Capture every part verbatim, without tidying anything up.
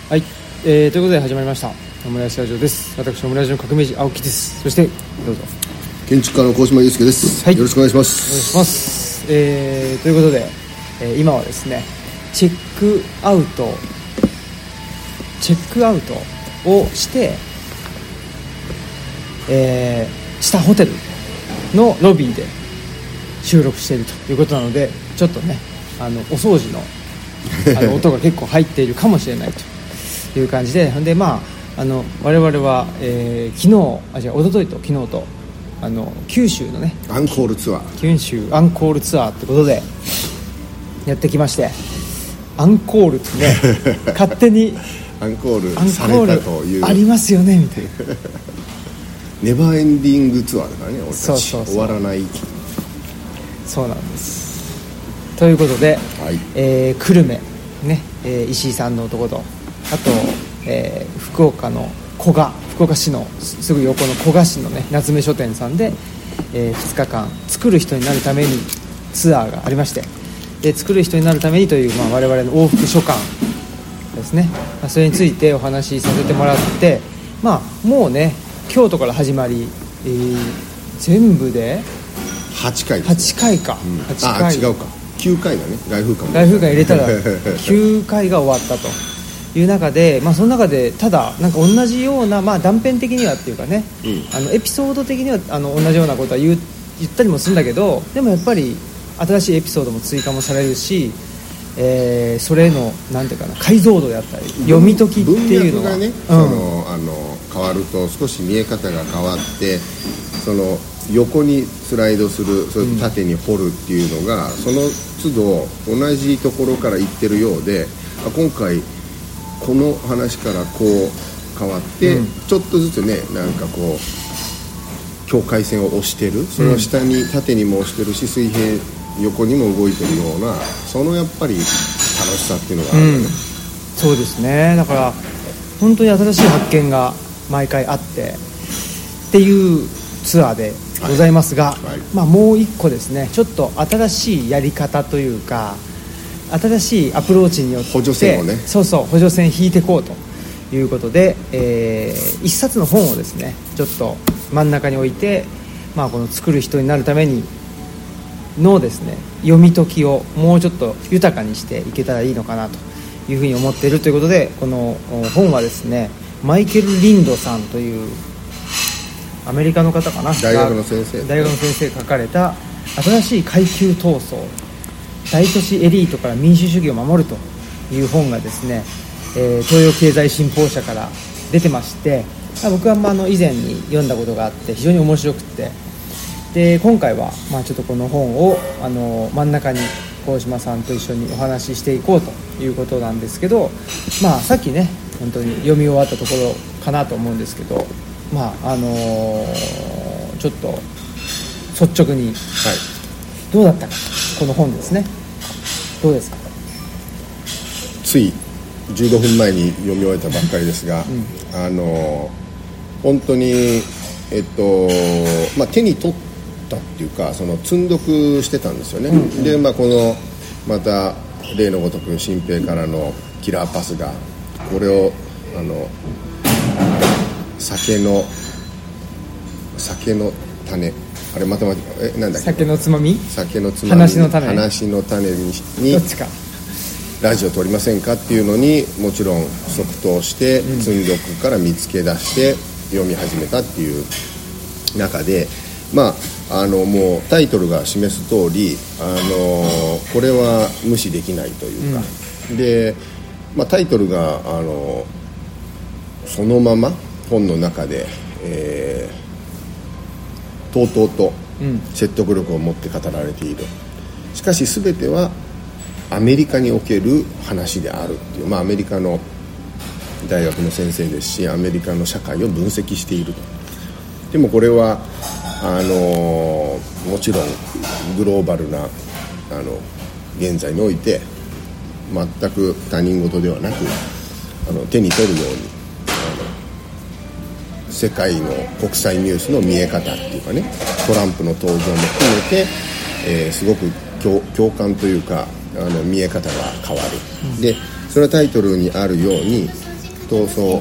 はい、えー、ということで始まりましたオムライスラジオです。私オムライスの革命児青木です。そしてどうぞ建築家の高島祐介です、はい、よろしくお願いします。 お願いします、えー、ということで、えー、今はですねチェックアウトチェックアウトをして、えー、したホテルのロビーで収録しているということなので、ちょっとねあのお掃除のあの音が結構入っているかもしれないという感じで、でまああの我々は、えー、昨日あ違う一昨日と昨日とあの九州のねアンコールツアー九州アンコールツアーってことでやってきまして、アンコールってね勝手にアンコールされたというありますよねみたいなネバーエンディングツアーだからね、俺たちそうそうそう終わらない。 そうなんです。ということで、はい、えー、久留米、ねえー、石井さんのとこと、あと、えー、福岡の古賀福岡市のすぐ横の古賀市の、ね、夏目書店さんで、えー、ふつかかん作る人になるためにツアーがありまして、で作る人になるためにという、まあ、我々の往復書簡ですね、まあ、それについてお話しさせてもらって、まあ、もうね京都から始まり、えー、全部ではちかいです、ね、 はちかいか、うん、はちかいあ違うかきゅうかいだね、来風館来風館入れたらきゅうかいが終わったという中で、まあ、その中でただなんか同じような、まあ、断片的にはっていうかね、うん、あのエピソード的にはあの同じようなことは 言, 言ったりもするんだけど、でもやっぱり新しいエピソードも追加もされるし、えー、それのなんていうかな解像度であったり読み解きっていうのは文脈がね、うん、そのあの変わると少し見え方が変わって、その横にスライドする、それと縦に掘るっていうのが、うん、その都度同じところから行ってるようで、あ今回この話からこう変わって、うん、ちょっとずつねなんかこう境界線を押してる、その下に縦にも押してるし水平横にも動いてるような、そのやっぱり楽しさっていうのがあるよね、うん、 そうですね。だから本当に新しい発見が毎回あってっていうツアーでございますが、はいはい、まあ、もう一個ですねちょっと新しいやり方というか新しいアプローチによって補助線をねそうそう補助線引いていこうということで、えー、一冊の本をですねちょっと真ん中に置いて、まあ、この作る人になるためにのですね読み解きをもうちょっと豊かにしていけたらいいのかなというふうに思っているということで、この本はですねマイケル・リンドさんというアメリカの方かな、 大学の先生大学の先生が書かれた新しい階級闘争大都市エリートから民主主義を守るという本がですね、えー、東洋経済新報社から出てまして、僕はまああの以前に読んだことがあって非常に面白くて、で今回はまあちょっとこの本をあの真ん中に高島さんと一緒にお話ししていこうということなんですけど、まあさっきね本当に読み終わったところかなと思うんですけど、まああのー、ちょっと率直にどうだったか、この本ですね、どうですか。 ついじゅうごふんまえに読み終えたばっかりですが、うん、あのー、本当にえっと、まあ、手に取ったっていうかその積んどくしてたんですよね、うんうん、で、まあ、このまた例のごとく新平からのキラーパスがこれをあの酒の酒の種あれまたまたえなんだっけ酒のつまみ酒のつまみ話の種話の種にどっちかラジオ撮りませんかっていうのにもちろん即答して積んどくから見つけ出して読み始めたっていう中で、まああのもうタイトルが示す通りあのこれは無視できないというか、うん、で、まあ、タイトルがあのそのまま本の中で、えー、とうとうと説得力を持って語られている、うん、しかし全てはアメリカにおける話であるっていう、まあ、アメリカの大学の先生ですしアメリカの社会を分析していると。でもこれはあのもちろんグローバルなあの現在において全く他人事ではなくあの手に取るようにあの世界の国際ニュースの見え方っていうかね、トランプの登場も含めて、えー、すごく 共, 共感というかあの見え方が変わる、うん、でそれはタイトルにあるように闘争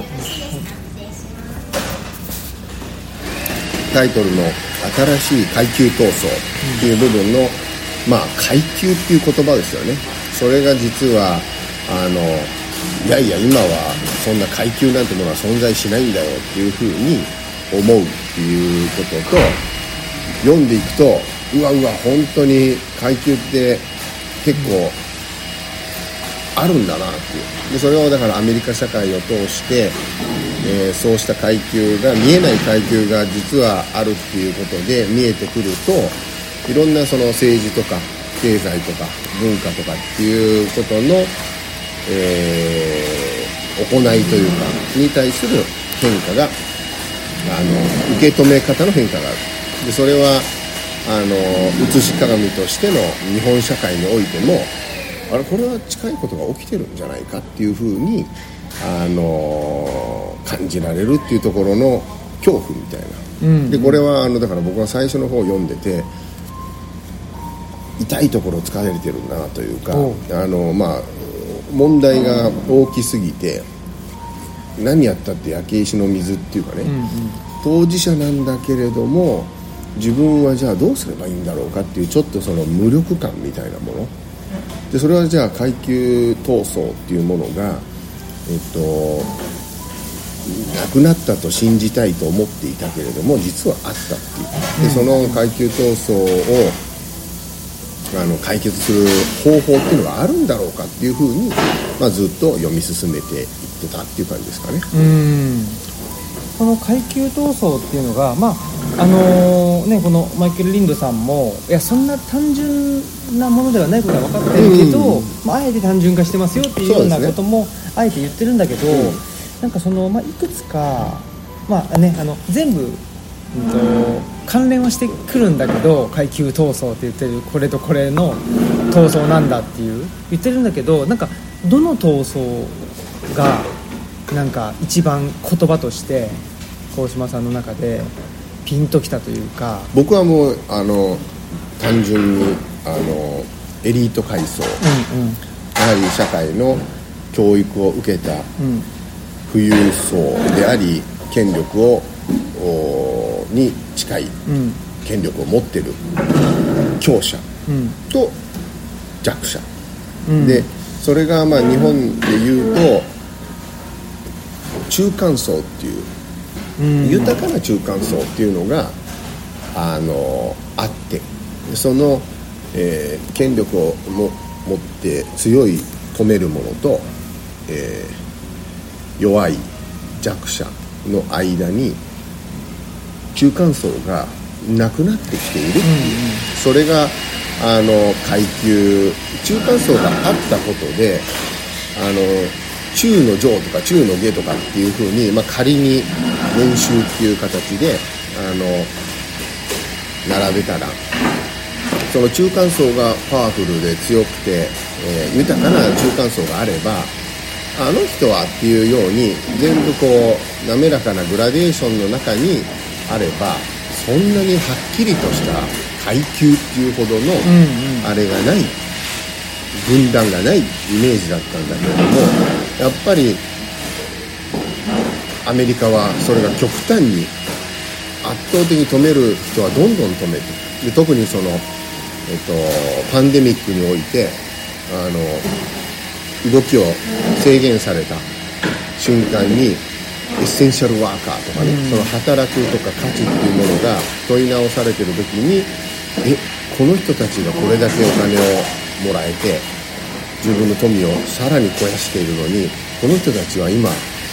タイトルの新しい階級闘争っていう部分の、まあ階級っていう言葉ですよね。それが実はあのいやいや今はそんな階級なんてものは存在しないんだよっていうふうに思うっていうことと、読んでいくとうわうわ本当に階級って結構あるんだなっていう。でそれをだからアメリカ社会を通して、えー、そうした階級が見えない階級が実はあるっていうことで見えてくると、いろんなその政治とか経済とか文化とかっていうことの、えー、行いというかに対する変化があの受け止め方の変化がある。でそれはあの写し鏡としての日本社会においても、あれこれは近いことが起きてるんじゃないかっていうふうにあの感じられるっていうところの恐怖みたいな、うんうん、でこれはあのだから僕は最初の方を読んでて痛いところを突かれてるなというか、あのまあ問題が大きすぎて何やったって焼け石の水っていうかね、うんうん、当事者なんだけれども自分はじゃあどうすればいいんだろうかっていうちょっとその無力感みたいなもので、それはじゃあ階級闘争っていうものがえっとなくなったと信じたいと思っていたけれども実はあったっていう。でその階級闘争をあの解決する方法っていうのがあるんだろうかっていうふうに、まあ、ずっと読み進めていってたっていう感じですかね。 うーんこの階級闘争っていうのが、まああのーね、このマイケル・リンドさんもいやそんな単純なものではないことは分かってるけど、うんうんまあ、あえて単純化してますよっていうようなこともあえて言ってるんだけど、うん、なんかその、まあ、いくつか、まあね、あの全部、うん、と関連はしてくるんだけど階級闘争って言ってるこれとこれの闘争なんだっていう言ってるんだけど、なんかどの闘争がなんか一番言葉として鴻島さんの中でピンときたというか。 僕はもうあの単純にあのエリート階層、うんうん、やはり社会の教育を受けた富裕層であり権力をに近い権力を持っている強者と弱者、うん、でそれがまあ日本でいうと中間層っていう、うん、豊かな中間層っていうのがあのあってその、えー、権力をも持って強い止める者と、えー、弱い弱者の間に中間層がなくなってきているっていう、うんうん、それがあの階級中間層があったことであの中の上とか中の下とかっていう風に、まあ、仮に年収っていう形であの並べたらその中間層がパワフルで強くて、えー、豊かな中間層があればあの人はっていうように全部こう滑らかなグラデーションの中にあればそんなにはっきりとした階級っていうほどのあれがない、軍団がないイメージだったんだけれどもやっぱりアメリカはそれが極端に圧倒的に止める人はどんどん止めてで特にその、えっと、パンデミックにおいてあの動きを制限された瞬間にエッセンシャルワーカーとかね、うん、その働くとか価値っていうものが問い直されてる時にえこの人たちがこれだけお金をもらえて自分の富をさらに肥やしているのにこの人たちは今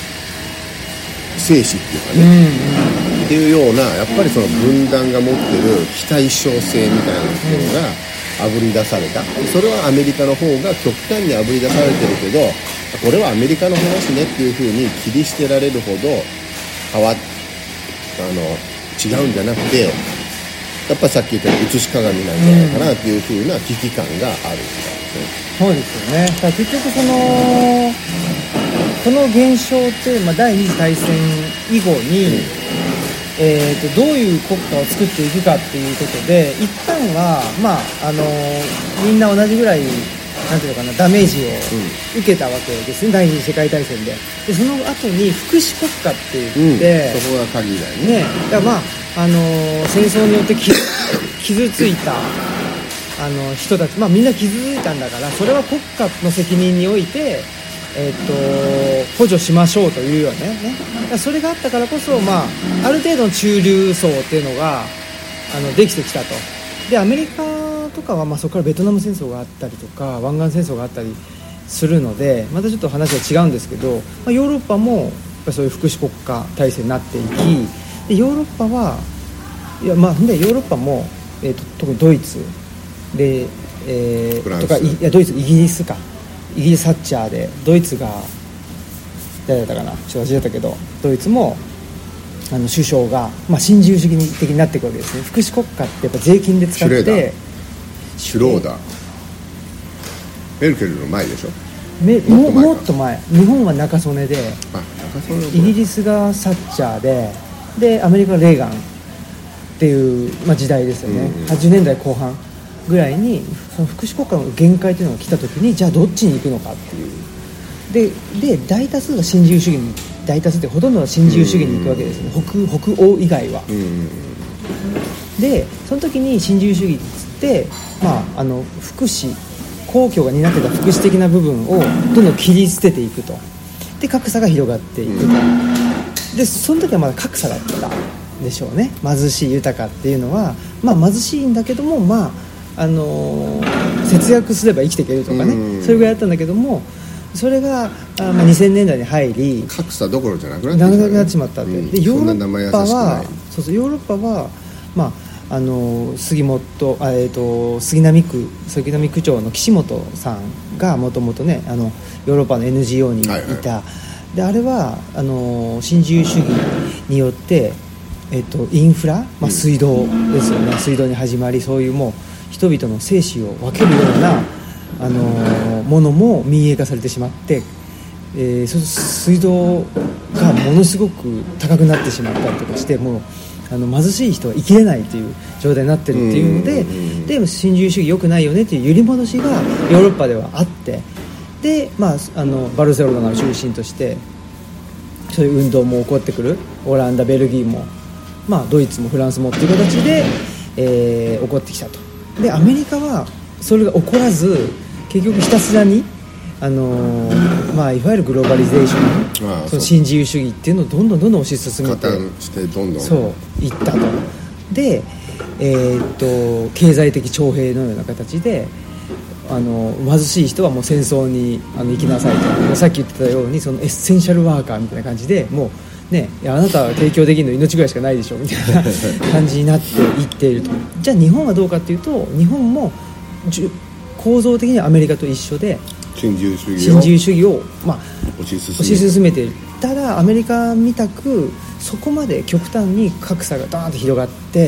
生死っていうかね、うん、っていうようなやっぱりその分断が持ってる非対称性みたいなものがあぶり出された。それはアメリカの方が極端にあぶり出されてるけどこれはアメリカの話ねっていう風に切り捨てられるほど変わっあの違うんじゃなくてやっぱさっき言ったように写し鏡なんじゃないかなっていう風な危機感があるみたいですね、うん、そうですよね。 だから結局そのこの現象って、まあ、第二次大戦以後に、うんえー、とどういう国家を作っていくかっていうことで一旦は、まああのみんな同じぐらいなんていうのかな、ダメージを受けたわけですね、うん、第二次世界大戦で。でその後に福祉国家って言って、 うん、そこが鍵だよね。 ね、だからまあ、あのー、戦争によって傷ついたあの人たち、まあ、みんな傷ついたんだから、それは国家の責任において、えー、と補助しましょうというよね。ね、だからそれがあったからこそ、まあ、ある程度の中流層っていうのがあのできてきたと。でアメリカとかは、まあ、そこからベトナム戦争があったりとか湾岸戦争があったりするので、またちょっと話は違うんですけど、まあ、ヨーロッパもやっぱそういう福祉国家体制になっていき、でヨーロッパはいや、まあ、でヨーロッパも、えー、と特にドイツで、えー、とかいやドイツイギリスかイギリスサッチャーで、ドイツが誰だったかな、ちょっと忘れちゃったけど、ドイツもあの首相が、まあ、新自由主義的になっていくわけですね。福祉国家ってやっぱ税金で使って、 シュローダー、メルケルの前でしょ。 めもっと前もっと前、日本は中曽根で、 あ、中曽根、 イギリスがサッチャーで、でアメリカがレーガンっていう、まあ、時代ですよね、うんうん、はちじゅうねんだいこう半ぐらいにその福祉国家の限界というのが来た時に、じゃあどっちに行くのかっていう。で, で大多数が新自由主義に、大多数ってほとんどが新自由主義に行くわけですね、うんうん、北, 北欧以外は、うんうん、でその時に新自由主義っつって、まあ、あの福祉公共が担ってた福祉的な部分をどんどん切り捨てていくと。で格差が広がっていくと、うん、でその時はまだ格差だったでしょうね。貧しい豊かっていうのは、まあ、貧しいんだけども、まああのー、節約すれば生きていけるとかね、うん、それぐらいだったんだけども、それがあ、まあ、にせんねんだいに入り格差どころじゃなくなってきた、ね、 なくなってしまったって、うん、でヨーロッパはそうそうヨーロッパは、まあ、あの杉本あ、えー、と杉並区杉並区長の岸本さんがもともとね、あのヨーロッパの エヌジーオー にいた、はいはい、であれはあの新自由主義によって、えー、とインフラ、まあ、水道ですよね、うん、水道に始まり、そういうもう人々の生死を分けるようなあのものも民営化されてしまって、えー、そ水道がものすごく高くなってしまったりとかして、もうあの貧しい人は生きれないという状態になってるっていうので、で新自由主義良くないよねという揺り戻しがヨーロッパではあって、で、まあ、あのバルセロナを中心としてそういう運動も起こってくる。オランダ、ベルギーも、まあ、ドイツもフランスもっていう形で、えー、起こってきたと。でアメリカはそれが起こらず、結局ひたすらに、あのーまあ、いわゆるグローバリゼーション、ああその新自由主義っていうのをどんどんどんどん推し進めて、 加担してどんどんそういったと。で、えー、っと経済的徴兵のような形で、あの貧しい人はもう戦争にあの行きなさいと、もうさっき言ってたようにそのエッセンシャルワーカーみたいな感じで、もうね、いやあなたは提供できるの命ぐらいしかないでしょみたいな感じになっていっていると。じゃあ日本はどうかっていうと、日本も構造的にはアメリカと一緒で新自由主義を、 新自由主義を、まあ、 推し進め推し進めている。ただアメリカみたくそこまで極端に格差がダーンと広がって、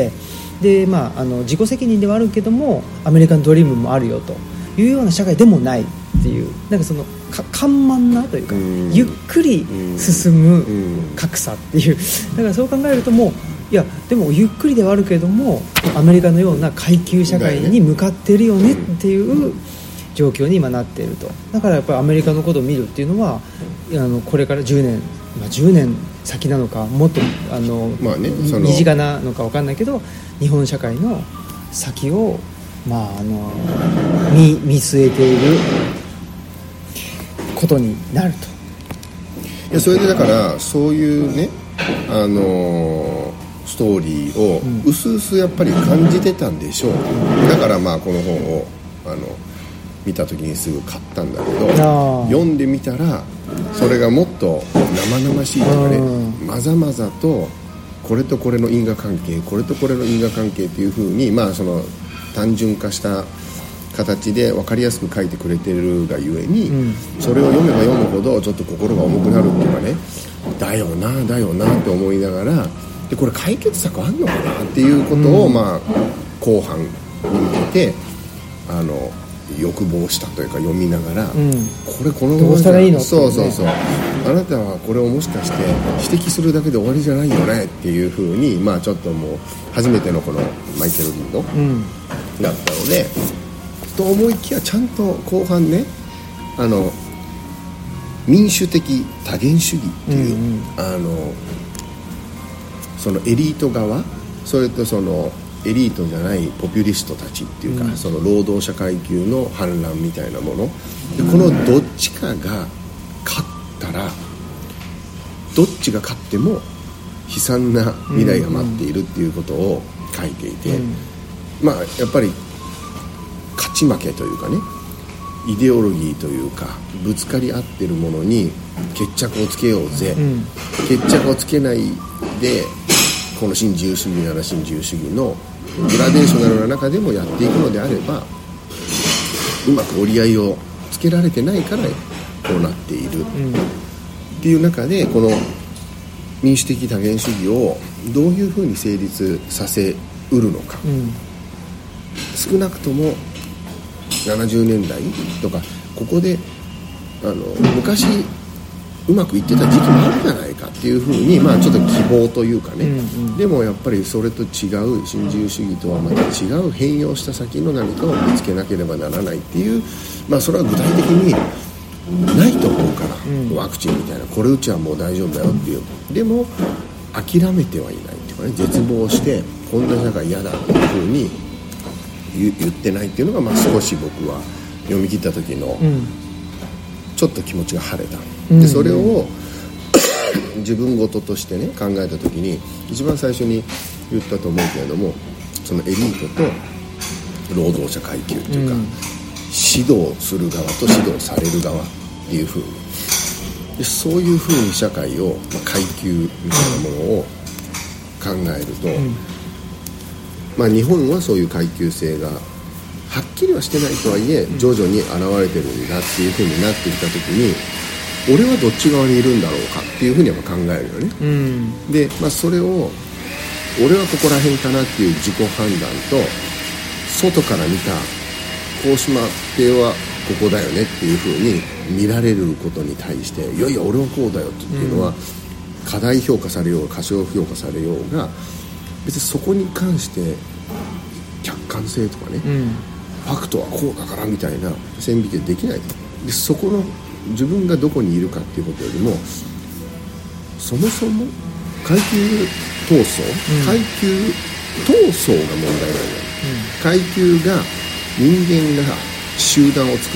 で、まあ、あの自己責任ではあるけどもアメリカンドリームもあるよというような社会でもないっていう、なんかそのか緩慢なというか、うん、ゆっくり進む格差っていう、だからそう考えると、もういやでもゆっくりではあるけれどもアメリカのような階級社会に向かっているよねっていう状況に今なっていると。だからやっぱりアメリカのことを見るっていうのは、あのこれからじゅうねん、まあ、じゅうねん先なのかもっとあの、まあね、その身近なのか分かんないけど、日本社会の先を、まあ、あの 見, 見据えていることになると。 いやそれでだからそういうね、あのーストーリーをうすうすやっぱり感じてたんでしょう、うん、だからまあこの本をあの見た時にすぐ買ったんだけど、読んでみたらそれがもっと生々しいとかね、まざまざとこれとこれの因果関係、これとこれの因果関係っていう風に、まあその単純化した形で分かりやすく書いてくれてるがゆえに、うん、それを読めば読むほどちょっと心が重くなるっていうかね、だよなだよなって思いながら、でこれ解決策あんのかなっていうことを、うん、まあ後半に向けてあの欲望したというか読みながら、うん、これこのどうしたらいいのって、ね、 そうそうそう、あなたはこれをもしかして指摘するだけで終わりじゃないよねっていう風に、まあちょっともう初めてのこのマイケル・リンドだったので、 と思いきやちゃんと後半ね、あの民主的多元主義っていう、うんうん、あのそのエリート側、それとそのエリートじゃないポピュリストたちっていうか、うん、その労働者階級の反乱みたいなもので、このどっちかが勝ったらどっちが勝っても悲惨な未来が待っているっていうことを書いていて、うんうん、まあやっぱり勝ち負けというかね、イデオロギーというかぶつかり合ってるものに決着をつけようぜ、うん、決着をつけないでこの新自由主義なら新自由主義のグラデーショナルな中でもやっていくのであれば、うまく折り合いをつけられてないからこうなっている、うん、っていう中で、この民主的多元主義をどういうふうに成立させうるのか、うん、少なくともななじゅうねんだいとかここであの昔うまくいってた時期もあるんじゃないかっていうふうに、まあ、ちょっと希望というかね、うんうん、でもやっぱりそれと違う新自由主義とはまた違う変容した先の何かを見つけなければならないっていう、まあ、それは具体的にないと思うから、うん、ワクチンみたいなこれ打ちはもう大丈夫だよっていう、でも諦めてはいないっていうかね、絶望してこんな社会嫌だっていうふうに言ってないっていうのが、まあ、少し僕は読み切った時のちょっと気持ちが晴れた、うん、でそれを自分事としてね考えた時に一番最初に言ったと思うけれども、そのエリートと労働者階級というか、うん、指導する側と指導される側っていう風にで、そういう風に社会を、まあ、階級みたいなものを考えると、うん、まあ、日本はそういう階級性がはっきりはしてないとはいえ徐々に現れてるんだっていう風になってきた時に、俺はどっち側にいるんだろうかっていう風には考えるよね、うん、で、まあ、それを俺はここら辺かなっていう自己判断と、外から見た高島亭はここだよねっていう風に見られることに対して、いやいや俺はこうだよっていうのは、うん、過大評価されようが過小評価されようが別にそこに関して客観性とかね、うん、ファクトはこうだからみたいな線引きできない。でそこの自分がどこにいるかっていうことよりも、そもそも階級闘争、うん、階級闘争が問題なんだよ、うん、階級が人間が集団を作って、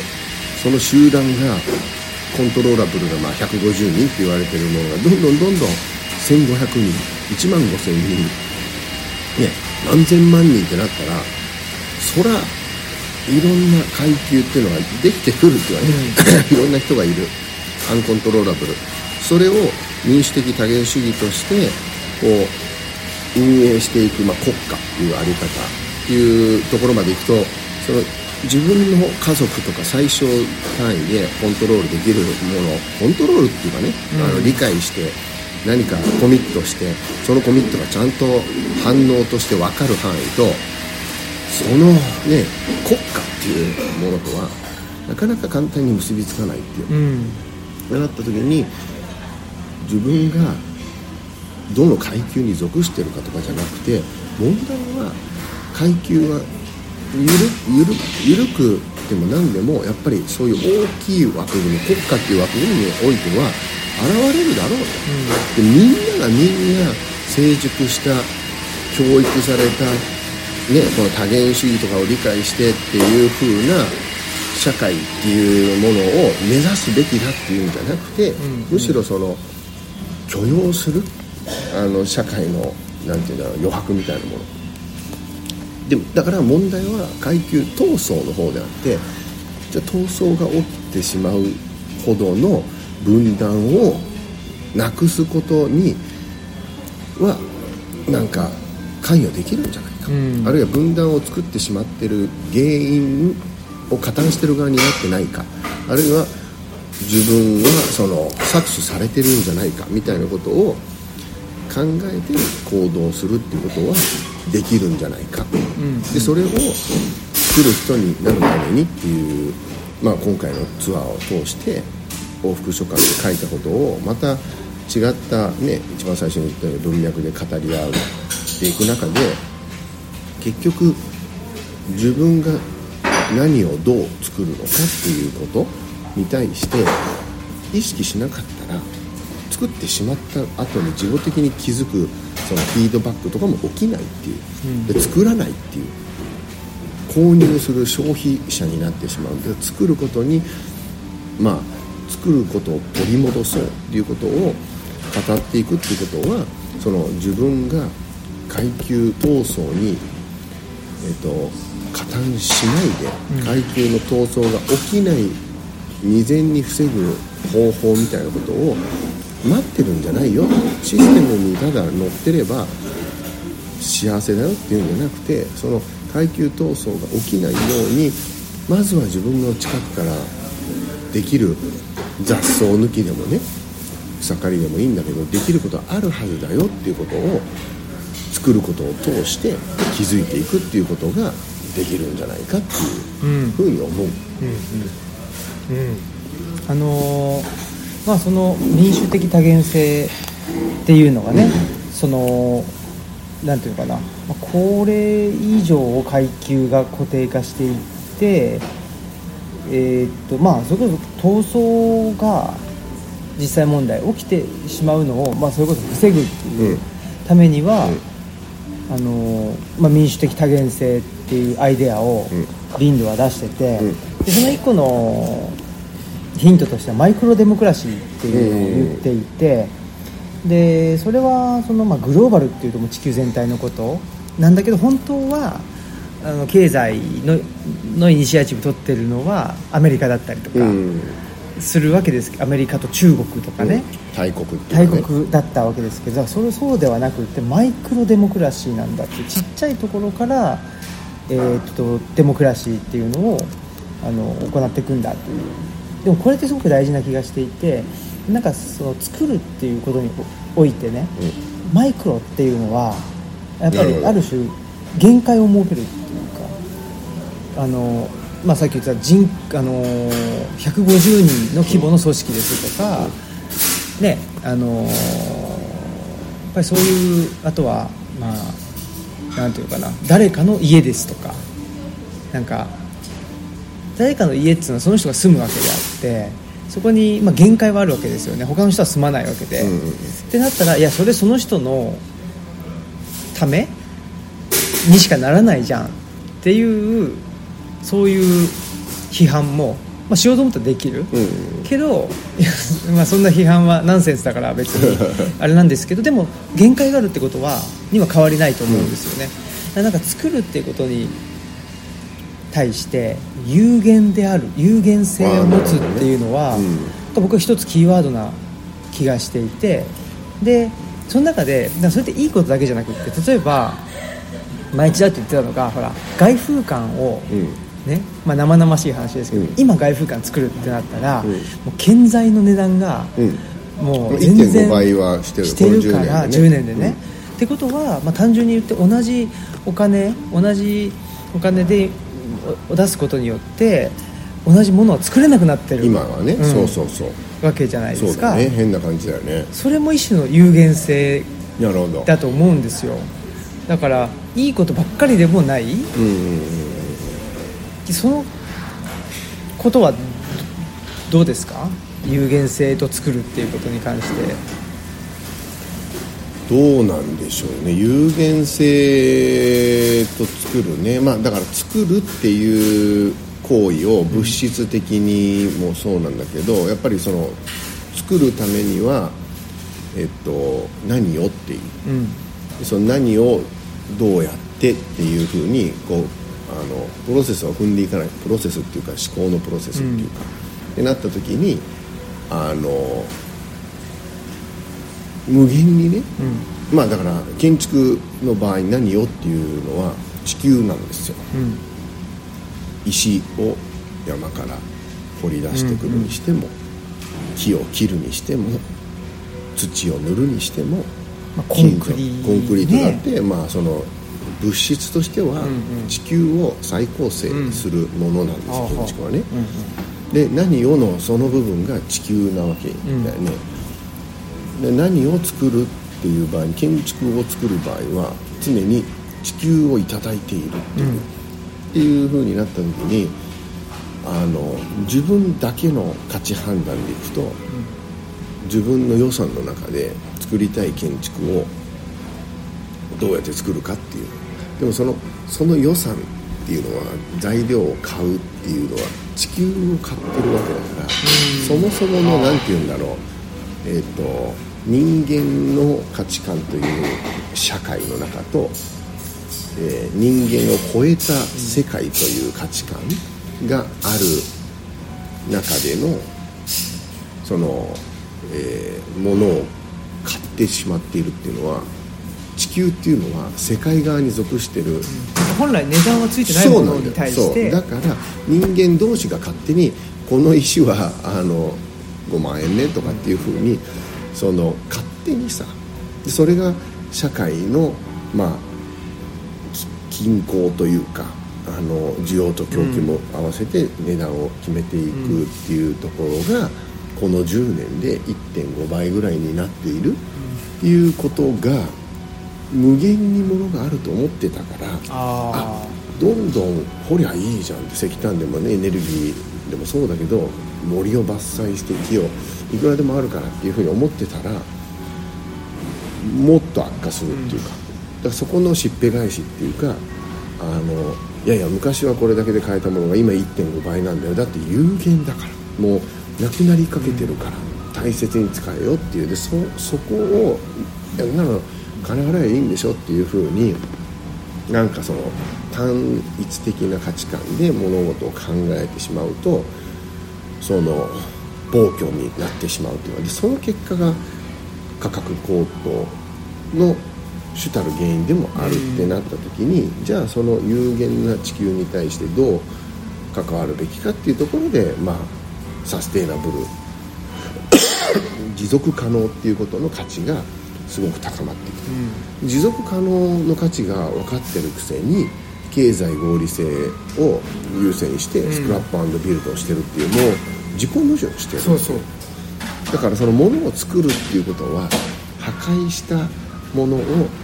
その集団がコントローラブルな、まあ、ひゃくごじゅうにんって言われてるものがどんどんどんどんせんごひゃくにん、いちまんごせんにん、ね、何千万人ってなったら、そらいろんな階級っていうのができてくるっていうのはね、うん、いろんな人がいる、アンコントローラブル、それを民主的多元主義としてこう運営していく、まあ、国家っていうあり方っていうところまでいくと、その自分の家族とか最小単位でコントロールできるもの、コントロールっていうかね、うん、あの理解して何かコミットして、そのコミットがちゃんと反応として分かる範囲と、そのね国家っていうものとはなかなか簡単に結びつかないっていう、うん、なった時に自分がどの階級に属してるかとかじゃなくて、問題は階級はゆるゆるゆるくでも何でもやっぱりそういう大きい枠組み、国家っていう枠組みにおいては現れるだろうと、うん、でみんながみんな成熟した教育されたね、この多元主義とかを理解してっていう風な社会っていうものを目指すべきだっていうんじゃなくて、うんうん、むしろその許容するあの社会のなんていうんだろう、余白みたいなものでも、だから問題は階級闘争の方であって、じゃあ闘争が起きてしまうほどの分断をなくすことにはなんか関与できるんじゃないか、うん、あるいは分断を作ってしまっている原因を加担している側になってないか、あるいは自分はその搾取されてるんじゃないかみたいなことを考えて行動するっていうことはできるんじゃないか、うん、でそれを来る人になるためにっていう、まあ、今回のツアーを通して往復書簡で書いたことをまた違ったね、一番最初に言ったように文脈で語り合っていく中で、結局自分が何をどう作るのかっていうことに対して意識しなかったら、作ってしまった後に自己的に気づくそのフィードバックとかも起きないっていう、で作らないっていう、購入する消費者になってしまうので、作ることにまあ作ることを取り戻そうっていうことを語っていくっていうことは、その自分が階級闘争に、えっと、加担しないで階級の闘争が起きない未然に防ぐ方法みたいなことを待ってるんじゃないよ、システムにただ乗ってれば幸せだよっていうんじゃなくて、その階級闘争が起きないようにまずは自分の近くからできる雑草抜きでもね、草刈りでもいいんだけど、できることはあるはずだよっていうことを作ることを通して気づいていくっていうことができるんじゃないかっていうふうに思う、うんうんうんうん、あのー、まあその民主的多元性っていうのがね、そのなんていうのかな、これ以上階級が固定化していって、えー、っとまあそれこそ闘争が実際問題起きてしまうのを、まあ、それこそ防ぐっていうためには、うん、あのまあ、民主的多元性っていうアイデアをリンドは出してて、うん、でその一個のヒントとしてはマイクロデモクラシーっていうのを言っていて、でそれはその、まあ、グローバルっていうともう地球全体のことなんだけど、本当はあの経済 の, のイニシアチブ取ってるのはアメリカだったりとかするわけです。アメリカと中国とかね、 うん、大国っていうかね、大国だったわけですけど、それそうではなくてマイクロデモクラシーなんだって、ちっちゃいところから、えー、っとデモクラシーっていうのをあの行っていくんだという。でもこれってすごく大事な気がしていて、なんかその作るっていうことにおいてね、うん、マイクロっていうのはやっぱりある種限界を設けるっていうか、あの、まあ、さっき言った人あのひゃくごじゅうにんの規模の組織ですとか、うん、ね、あのやっぱりそういう、あとはまあなんていうかな、誰かの家ですとか、なんか誰かの家っていうのはその人が住むわけであって、そこにまあ限界はあるわけですよね。他の人は住まないわけで、うんうん、ってなったら、いやそれその人のためにしかならないじゃんっていう、そういう批判も、まあ、しようと思ったらできる、うんうん、けどまあそんな批判はナンセンスだから別にあれなんですけど、でも限界があるってことはには変わりないと思うんですよね、うん、なんか作るっていうことに対して有限である、有限性を持つっていうのは、うん、僕は一つキーワードな気がしていて、でその中でだそれっていいことだけじゃなくて、例えば毎日だって言ってたのが、ほら外風館を、うんね、まあ、生々しい話ですけど、うん、今外風館作るってなったら、うん、もう建材の値段が、うん、もう全然 いってんご 倍はしてる、してるからじゅうねんでね、うん、ってことは、まあ、単純に言って同じお金同じお金でを出すことによって同じものは作れなくなってる今はね、うん、そうそうそうわけじゃないですか。 そうだね、変な感じだよね。 それも一種の有限性だと思うんですよ。だからいいことばっかりでもない、うんうんうん、そのことはどうですか？有限性と作るっていうことに関してどうなんでしょうね。有限性と作るね、まあ、だから作るっていう行為を物質的にもそうなんだけど、やっぱりその作るためには、えっと、何をっていう、うん、その何をどうやってっていうふうにこうあのプロセスを踏んでいかない、プロセスっていうか思考のプロセスっていうか、うん、ってなった時にあの無限にね、うん、まあだから建築の場合何をっていうのは地球なんですよ、うん、石を山から掘り出してくるにしても、うんうん、木を切るにしても土を塗るにしても、 まあ、コンクリ、 コンクリートだって、ね、まあその物質としては地球を再構成するものなんです、うん、建築はね、うんうん、で何をのその部分が地球なわけだよね、うん、で何を作るっていう場合に、建築を作る場合は常に地球をいただいているっていう、うん、 っていう風になった時にあの自分だけの価値判断でいくと、うん、自分の予算の中で作りたい建築をどうやって作るかっていう、でもそのその予算っていうのは材料を買うっていうのは地球を買ってるわけだから、うん、そもそもの何て言うんだろう、えーと、人間の価値観という社会の中と、えー、人間を超えた世界という価値観がある中でのその、えー、ものを買ってしまっているっていうのは、地球っていうのは世界側に属してる、うん、 本来値段はついてないものに対して、 そうだから人間同士が勝手にこの石はあのごまんえんねとかっていう風に、その勝手にさ、それが社会のまあ均衡というか、あの需要と供給も合わせて値段を決めていくっていうところがこのじゅうねんで いってんご 倍ぐらいになっているっていうことが無限にものがあると思ってたから、ああどんどん掘りゃいいじゃんって、石炭でもねエネルギーでもそうだけど森を伐採して木をいくらでもあるからっていうふうに思ってたらもっと悪化するっていうか、だからそこのしっぺ返しっていうか、あのいやいや昔はこれだけで買えたものが今 いってんご 倍なんだよ、だって有限だからもうなくなりかけてるから大切に使えよっていう、で そ, そこをいやなら金払えばいいんでしょっていうふうに、なんかその単一的な価値観で物事を考えてしまうとその暴挙になってしまうというので、その結果が価格高騰の主たる原因でもあるってなった時に、じゃあその有限な地球に対してどう関わるべきかっていうところで、まあサステイナブル持続可能っていうことの価値がすごく高まってきて、うん、持続可能の価値が分かってるくせに経済合理性を優先してスクラップ&ビルドをしてるっていう、もう自己矛盾してる。 そうそう、 だからそのものを作るっていうことは破壊したものを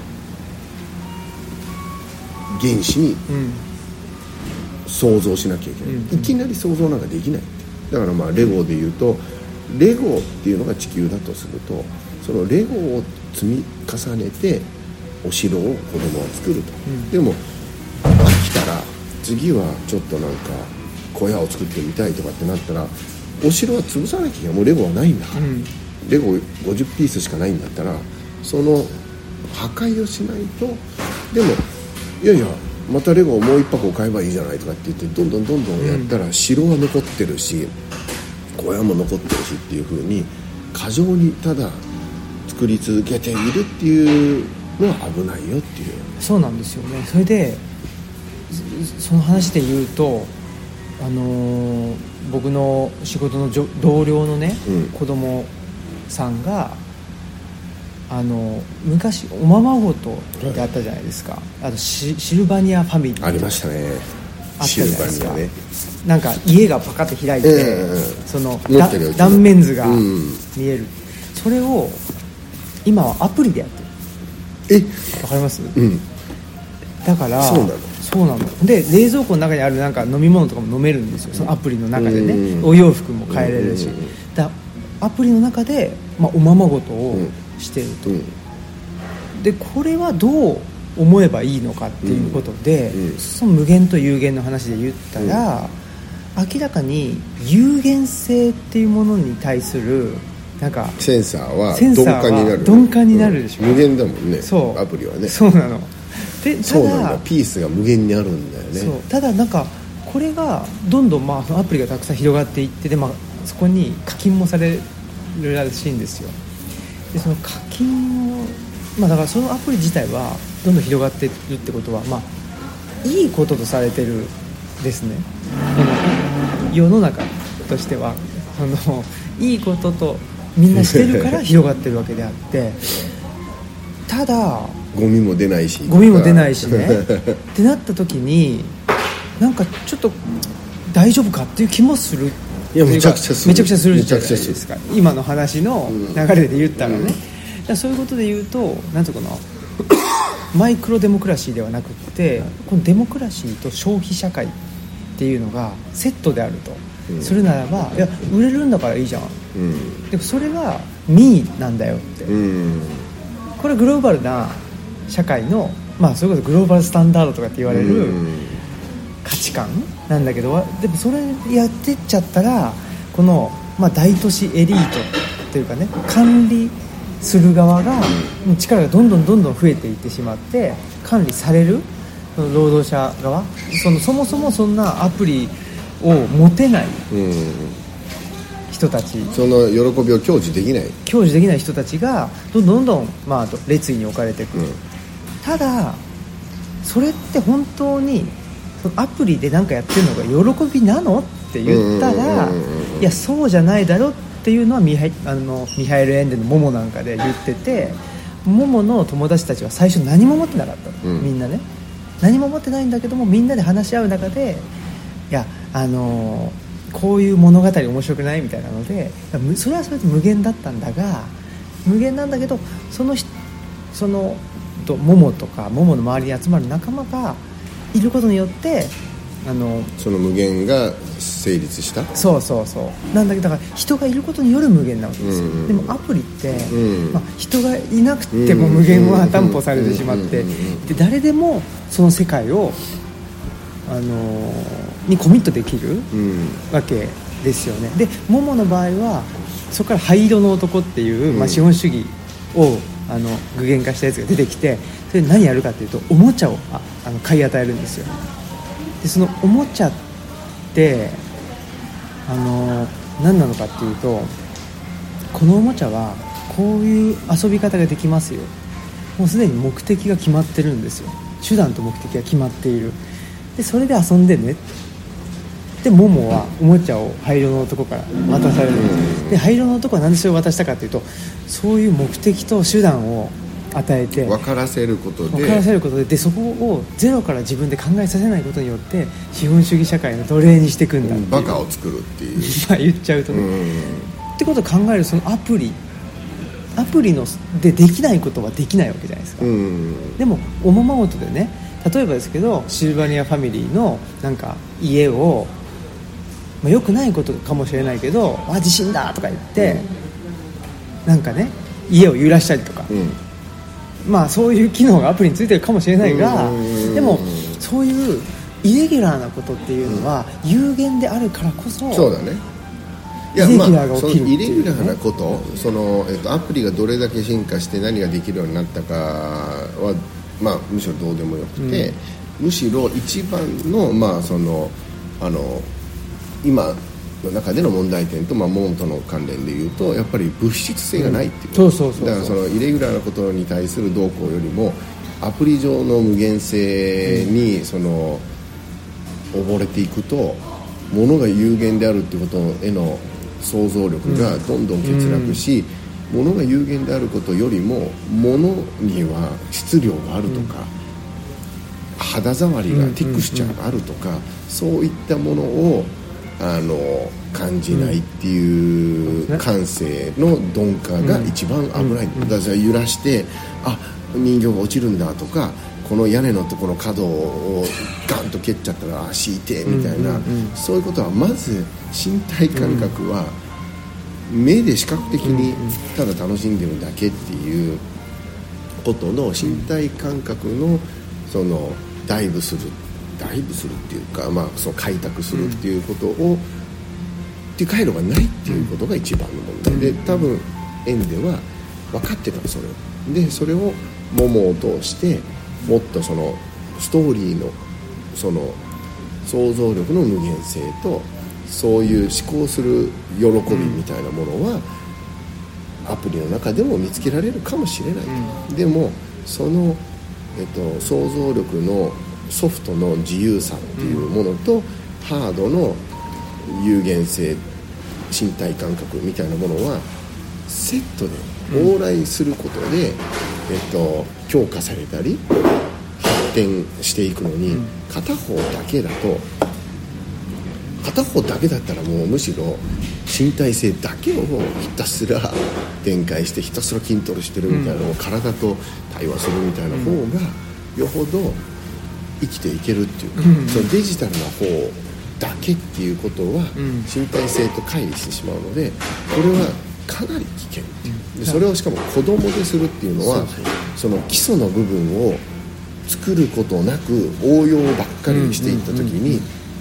原子に創造しなきゃいけない、うん、いきなり創造なんかできない。だからまあレゴでいうとレゴっていうのが地球だとすると、そのレゴを積み重ねてお城を子供は作ると、うん、でも飽きたら次はちょっとなんか小屋を作ってみたいとかってなったらお城は潰さなきゃいけない。もうレゴはないんだから、うん、レゴごじゅうピースしかないんだったらその破壊をしないと、でもいやいやまたレゴをもう一箱買えばいいじゃないとかって言ってどんどんどんどんやったら、城は残ってるし小屋も残ってるしっていう風に過剰にただ作り続けているっていうのは危ないよっていう。 そうなんですよね。それでその話で言うと、あのー、僕の仕事の同僚のね、うん、子供さんがあの昔おままごとってあったじゃないですか、はい、あとシルバニアファミリーありましたね。 あったじゃないですか、 ね、 なんか家がパカッと開いて、えー、その断面図が見える、うん、それを今はアプリでやってる。えわかります、うん、だからそうなのそうなので冷蔵庫の中にあるなんか飲み物とかも飲めるんですよ、そのアプリの中でね、うん、お洋服も買えれるし、うん、だアプリの中で、まあ、おままごとをしてると、うん、でこれはどう思えばいいのかっていうことで、うんうん、その無限と有限の話で言ったら、うん、明らかに有限性っていうものに対するなんかセンサーは鈍感になる、 鈍感になるでしょ、 うん、無限だもんね。 そうアプリはね。 そうなの。でそうなんだ、ピースが無限にあるんだよね。 そうただなんかこれがどんどん、まあ、そのアプリがたくさん広がっていって、で、まあ、そこに課金もされるらしいんですよ。でその課金を、まあ、だからそのアプリ自体はどんどん広がっているってことは、まあ、いいこととされてるですね。世の中としてはそのいいこととみんなしてるから広がってるわけであってただゴミも出ないしゴミも出ないしねってなった時になんかちょっと大丈夫かっていう気もする。 いやめちゃくちゃするめちゃくちゃするじゃないですか、今の話の流れで言ったらね、うん、だからそういうことで言うとなんていうかなマイクロデモクラシーではなくって、はい、このデモクラシーと消費社会っていうのがセットであると、うん、するならばいや売れるんだからいいじゃん、うん、でもそれがミーなんだよって、うん、これグローバルな社会の、まあ、それこそグローバルスタンダードとかって言われる価値観なんだけど、でもそれやってっちゃったらこの、まあ、大都市エリートというかね、管理する側が力がどんどんどんどん増えていってしまって、管理される労働者側、そのそもそもそんなアプリを持てない人たち、 その喜びを享受できない享受できない人たちがどんどんどんどん、まあ、列位に置かれていく、うん、ただそれって本当にそのアプリで何かやってるのが喜びなのって言ったら、いやそうじゃないだろっていうのはミハイ、あのミハエル・エンデのモモなんかで言ってて、モモの友達たちは最初何も持ってなかった、うん、みんなね何も持ってないんだけども、みんなで話し合う中で、いやあのー、こういう物語面白くないみたいなので、それはそれで無限だったんだが無限なんだけど、そのそのとモモとかモモの周りに集まる仲間がいることによって、あのその無限が成立した。 そうそうそうなんだけど、だから人がいることによる無限なわけですよ、うんうん、でもアプリって、うんまあ、人がいなくても無限は担保されてしまって、で誰でもその世界を、あのー、にコミットできるわけですよね。でモモの場合はそこから灰色の男っていう、まあ、資本主義をあの具現化したやつが出てきて、それで何やるかというとおもちゃをああの買い与えるんですよ。でそのおもちゃってあの何なのかっていうと、このおもちゃはこういう遊び方ができますよ、もうすでに目的が決まってるんですよ。手段と目的が決まっている。でそれで遊んでね。でモモはおもちゃを灰色の男から渡されるんです。で灰色の男は何でそれを渡したかというと、そういう目的と手段を与えて分からせることで分からせることで、でそこをゼロから自分で考えさせないことによって資本主義社会の奴隷にしていくんだっていう、 バカを作るっていうまあ言っちゃうとね、ってことを考える、そのアプリアプリのでできないことはできないわけじゃないですか。でもおままごとでね、例えばですけどシルバニアファミリーのなんか家を、まあ、良くないことかもしれないけど、あ地震だとか言って、うん、なんかね家を揺らしたりとか、うんまあ、そういう機能がアプリについてるかもしれないが、でもそういうイレギュラーなことっていうのは有限であるからこそ、 そうだね。いや、イレギュラーが起きるっていうね、まあ、そのイレギュラーなことその、えっと、アプリがどれだけ進化して何ができるようになったかは、まあ、むしろどうでもよくて、うん、むしろ一番の、まあ、そのあの今の中での問題点と、まあ、モンとの関連でいうと、やっぱり物質性がないっていう、 うん、そうそうそうそう、 だからそのイレギュラーなことに対する動向よりもアプリ上の無限性に、うん、その溺れていくと、ものが有限であるっていうことへの想像力がどんどん欠落し、うん、ものが有限であることよりもものには質量があるとか、うん、肌触りがテクスチャーがあるとか、そういったものをあの感じないっていう感性の鈍化が一番危ない。だから揺らして、あ人形が落ちるんだとか、この屋根のところの角をガンと蹴っちゃったら足痛いみたいな、そういうことはまず身体感覚は目で視覚的にただ楽しんでるだけっていうことの身体感覚のそのダイブするダイブするっていうか、まあ、その開拓するっていうことを、っていう回路がないっていうことが一番の問題で、多分円では分かってたの、それを。でそれをモモを通してもっとそのストーリーのその想像力の無限性と、そういう思考する喜びみたいなものはアプリの中でも見つけられるかもしれない、うん、でもその、えっと、想像力のソフトの自由さっていうものと、うん、ハードの有限性、身体感覚みたいなものはセットで往来することで、うんえっと、強化されたり発展していくのに、うん、片方だけだと片方だけだったらもうむしろ身体性だけをひたすら展開してひたすら筋トレしてるみたいなのを、うん、体と対話するみたいな方が、うんよほど生きていけるっていうか、 うんうん、 そのデジタルな方だけっていうことは身体性と乖離してしまうので、これはかなり危険、うん、でそれをしかも子供でするっていうのは、そうそう、その基礎の部分を作ることなく応用ばっかりにしていった時に、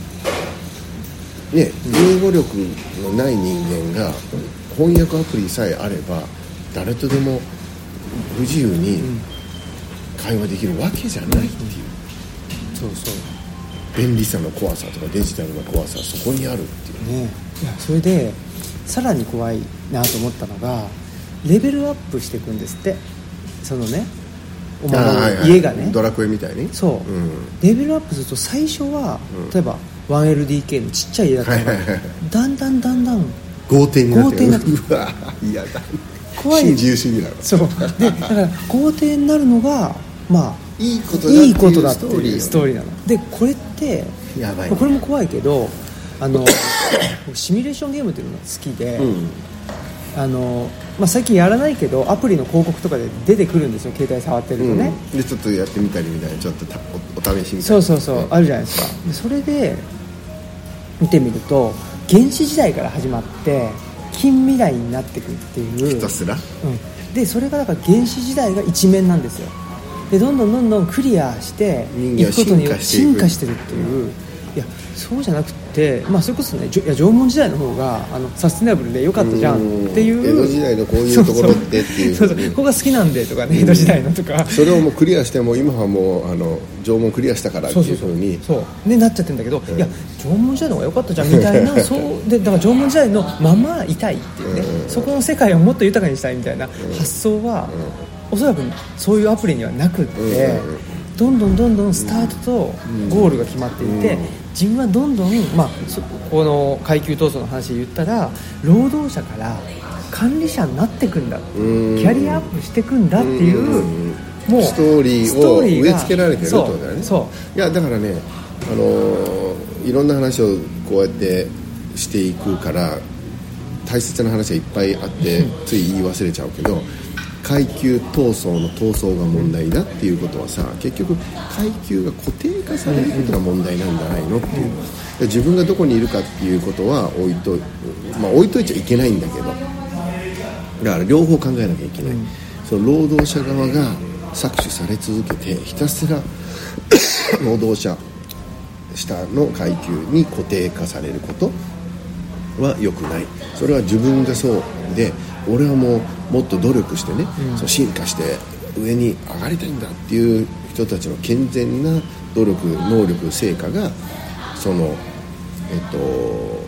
ね、英語力のない人間が翻訳アプリさえあれば誰とでも不自由に会話できるわけじゃないっていう、 そうそう、 便利さの怖さとかデジタルの怖さはそこにあるっていうね。いや、それでさらに怖いなと思ったのが、レベルアップしていくんですって。そのね、お守る家がね、 ドラクエみたいに、 そう、うん、レベルアップすると最初は、うん、例えば ワンエルディーケー のちっちゃい家だったら、はいはいはい、だんだんだんだん豪邸になって豪邸になってうわ嫌だ、 怖い、 新自由主義だろ。 そうで、だから豪邸になるのがまあいいことだっていうストーリー、ストーリーなので、これってやばい、ね、 これも怖いけど、あのシミュレーションゲームっていうのが好きで、うん、あのまあ、最近やらないけどアプリの広告とかで出てくるんですよ、携帯触ってるとね、 うん、でちょっとやってみたりみたいな、ちょっとお, お試しみたいな、 そうそうそう、ね、あるじゃないですか。でそれで見てみると原始時代から始まって近未来になっていくっていう、 ひたすら、 うん、でそれがだから原始時代が一面なんですよ。でどんどんどんどんクリアしていくことによって進化してるっていう、いやそうじゃなくて、まあ、それこそね、いや縄文時代の方があのサステナブルで良かったじゃんっていう、 江戸時代のこういうところってっていう、 そうそうそう、ここが好きなんでとかね、江戸時代のとか、 それをもうクリアしても今はもうあの縄文クリアしたからっていうふうにそうそうそうそう、ね、なっちゃってるんだけど、うん、いや縄文時代の方が良かったじゃんみたいなそうで、だから縄文時代のままいたいっていうね、うん、そこの世界をもっと豊かにしたいみたいな発想は、うん、おそらくそういうアプリにはなくって、うん、どんどんどんどんスタートとゴールが決まっていて、うん、自分はどんどん、まあ、この階級闘争の話で言ったら労働者から管理者になっていくんだ、キャリアアップしていくんだっていう、もうストーリーを植え付けられてるってことだよね。 そうそう、 いやだからね、あのー、いろんな話をこうやってしていくから大切な話がいっぱいあってつい言い忘れちゃうけど、階級闘争の闘争が問題だっていうことはさ、結局階級が固定化されることが問題なんじゃないのっていう、うん、自分がどこにいるかっていうことは置いと、まあ、置いといちゃいけないんだけど、だから両方考えなきゃいけない、うん、その労働者側が搾取され続けてひたすら労働者下の階級に固定化されることは良くない。それは自分がそうで、俺はもうもっと努力してね、うん、そう進化して上に上がりたいんだっていう人たちの健全な努力、能力、成果がそのえっと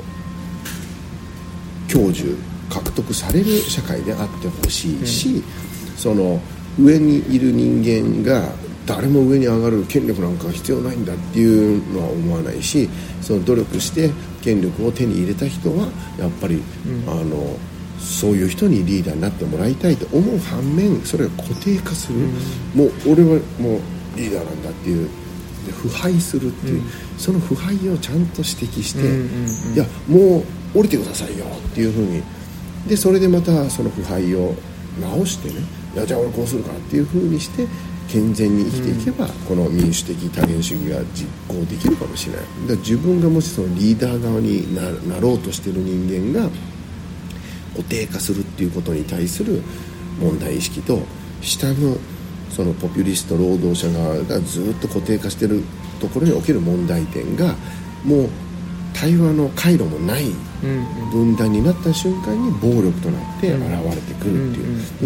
享受獲得される社会であってほしいし、うん、その上にいる人間が誰も上に上がる権力なんか必要ないんだっていうのは思わないし、その努力して権力を手に入れた人はやっぱり、うん、あのそういう人にリーダーになってもらいたいと思う反面、それが固定化する、うん、もう俺はもうリーダーなんだっていうで腐敗するっていう、うん、その腐敗をちゃんと指摘して、うんうんうん、いやもう降りてくださいよっていうふうに、でそれでまたその腐敗を直してね、いやじゃあ俺こうするからっていうふうにして健全に生きていけば、うん、この民主的多元主義が実行できるかもしれない。だから自分がもしそのリーダー側に な, なろうとしている人間が固定化するっていうことに対する問題意識と、下のそのポピュリスト労働者側がずっと固定化しているところにおける問題点がもう対話の回路もない分断になった瞬間に暴力となって現れてくるっていう、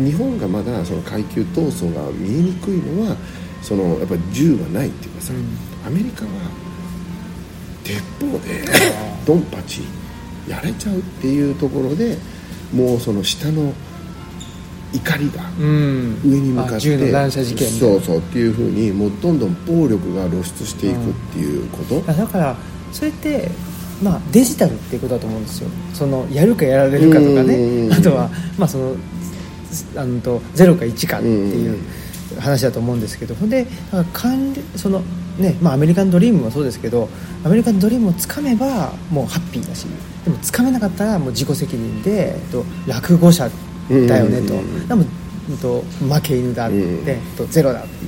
で日本がまだその階級闘争が見えにくいのはそのやっぱり銃がないっていうかさ、アメリカは鉄砲でドンパチやれちゃうっていうところで、もうその下の怒りが上に向かって、うん、 銃の乱射事件そうそうっていう風にもうどんどん暴力が露出していくっていうこと、うん、 だからそれってまあ、デジタルっていうことだと思うんですよ。そのやるかやられるかとかね、あとは、まあ、そのあのとゼロかいちかっていう話だと思うんですけど、ほんで管理その、ねまあ、アメリカンドリームもそうですけど、アメリカンドリームをつかめばもうハッピーだし、でもつかめなかったらもう自己責任でと落後者だよねと、でもと負け犬だって、とゼロだっていう。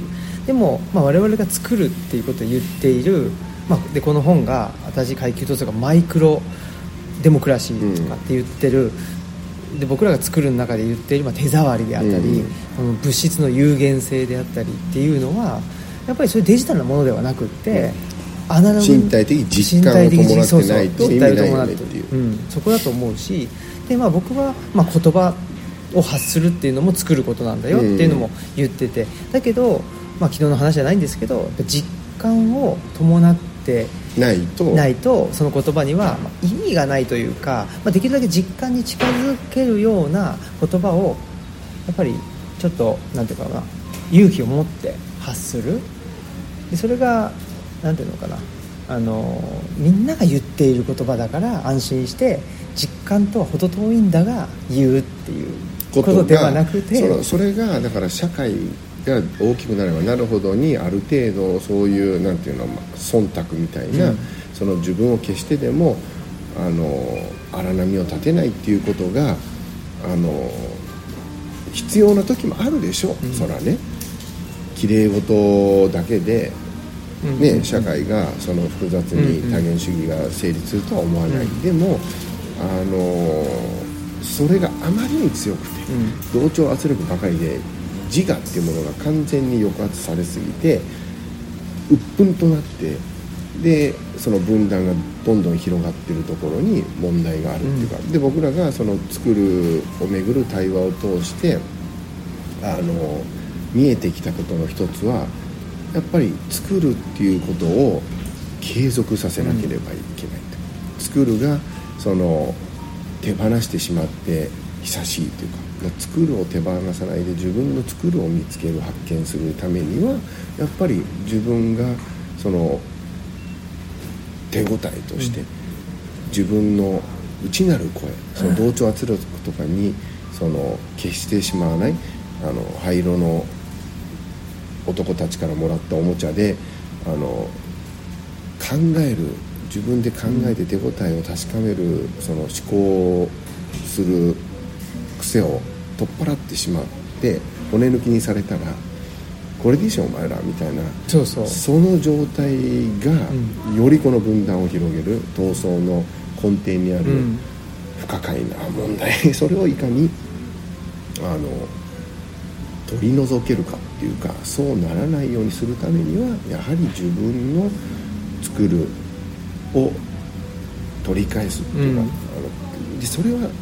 でも、まあ、我々が作るっていうことを言っている、まあ、でこの本が新しい階級闘争がマイクロデモクラシーとかって言ってる、うん、で僕らが作るの中で言っている、まあ、手触りであったり、うん、この物質の有限性であったりっていうのはやっぱりそれデジタルなものではなくって、うん、アナログ身体的実感を伴ってないと意味ないよねっていう、 うん、そこだと思うし、で、まあ、僕は、まあ、言葉を発するっていうのも作ることなんだよっていうのも言ってて、だけど、まあ、昨日の話じゃないんですけど実感を伴ってないとないとその言葉には意味がないというか、まあ、できるだけ実感に近づけるような言葉をやっぱりちょっとなんていうかな勇気を持って発する。でそれがなんていうのかな、あのみんなが言っている言葉だから安心して実感とは程遠いんだが言うっていうことではなくて、 そのそれがだから社会が大きくなればなるほどにある程度そういうなんていうの、まあ、忖度みたいな、うん、その自分を消してでもあの荒波を立てないっていうことがあの必要な時もあるでしょう、うん、そらね綺麗事だけで、ねうん、社会がその複雑に多元主義が成立するとは思わない、うん、でもあのそれがあまりに強くて、うん、同調圧力ばかりで自我っていうものが完全に抑圧されすぎて鬱憤となってでその分断がどんどん広がっているところに問題があるっていうか、うん、で僕らがその作るをめぐる対話を通してあの見えてきたことの一つはやっぱり作るっていうことを継続させなければいけないと、うん、作るがその手放してしまって久しいというか作るを手放さないで自分の作るを見つける発見するためにはやっぱり自分がその手応えとして自分の内なる声その同調圧力とかにその決してしまわないあの灰色の男たちからもらったおもちゃであの考える自分で考えて手応えを確かめるその思考する癖を取っ払ってしまって骨抜きにされたらこれでいいじゃんお前らみたいなそうそうその状態がよりこの分断を広げる闘争の根底にある不可解な問題、うん、それをいかにあの取り除けるかっていうかそうならないようにするためにはやはり自分の作るを取り返すっていうか、うん、あのでそれは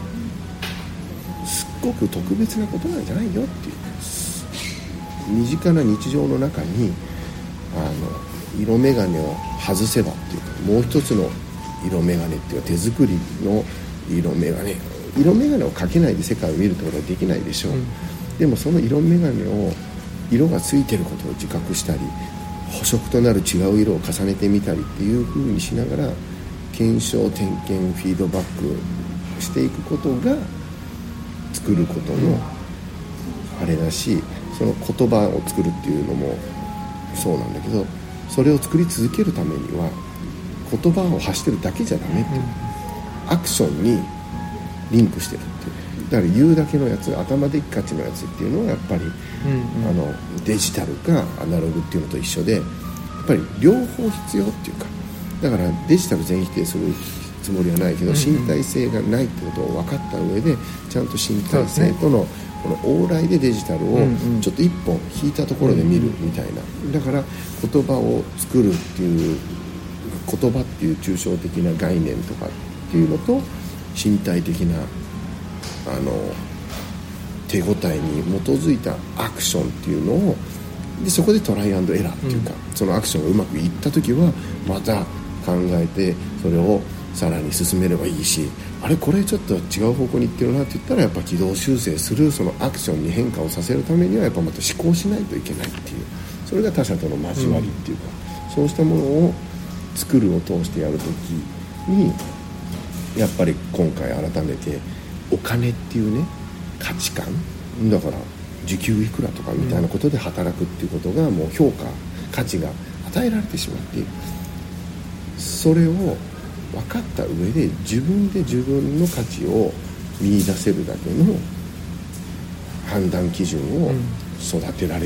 すっごく特別なことなんじゃないよっていう身近な日常の中にあの色眼鏡を外せばっていうかもう一つの色眼鏡っていうか手作りの色眼鏡色眼鏡をかけないで世界を見るってことはできないでしょう、うん、でもその色眼鏡を色がついてることを自覚したり補色となる違う色を重ねてみたりっていう風にしながら検証点検フィードバックしていくことが作ることのあれだしその言葉を作るっていうのもそうなんだけどそれを作り続けるためには言葉を発してるだけじゃダメっていう、うん、アクションにリンクしてるっていうだから言うだけのやつ頭でっかちのやつっていうのはやっぱり、うんうん、あのデジタルかアナログっていうのと一緒でやっぱり両方必要っていうかだからデジタル全否定するつもりはないけど、うんうん、身体性がないってことを分かった上でちゃんと身体性とのこの往来でデジタルをちょっと一本引いたところで見るみたいなだから言葉を作るっていう言葉っていう抽象的な概念とかっていうのと身体的なあの手応えに基づいたアクションっていうのをでそこでトライアンドエラーっていうか、うん、そのアクションがうまくいった時はまた考えてそれをさらに進めればいいしあれこれちょっと違う方向に行ってるなって言ったらやっぱ軌道修正するそのアクションに変化をさせるためにはやっぱまた思考しないといけないっていうそれが他者との交わりっていうか、うん、そうしたものを作るを通してやるときにやっぱり今回改めてお金っていうね価値観だから時給いくらとかみたいなことで働くっていうことがもう評価価値が与えられてしまっているそれを分かった上で自分で自分の価値を見出せるだけの判断基準を育てられるかっ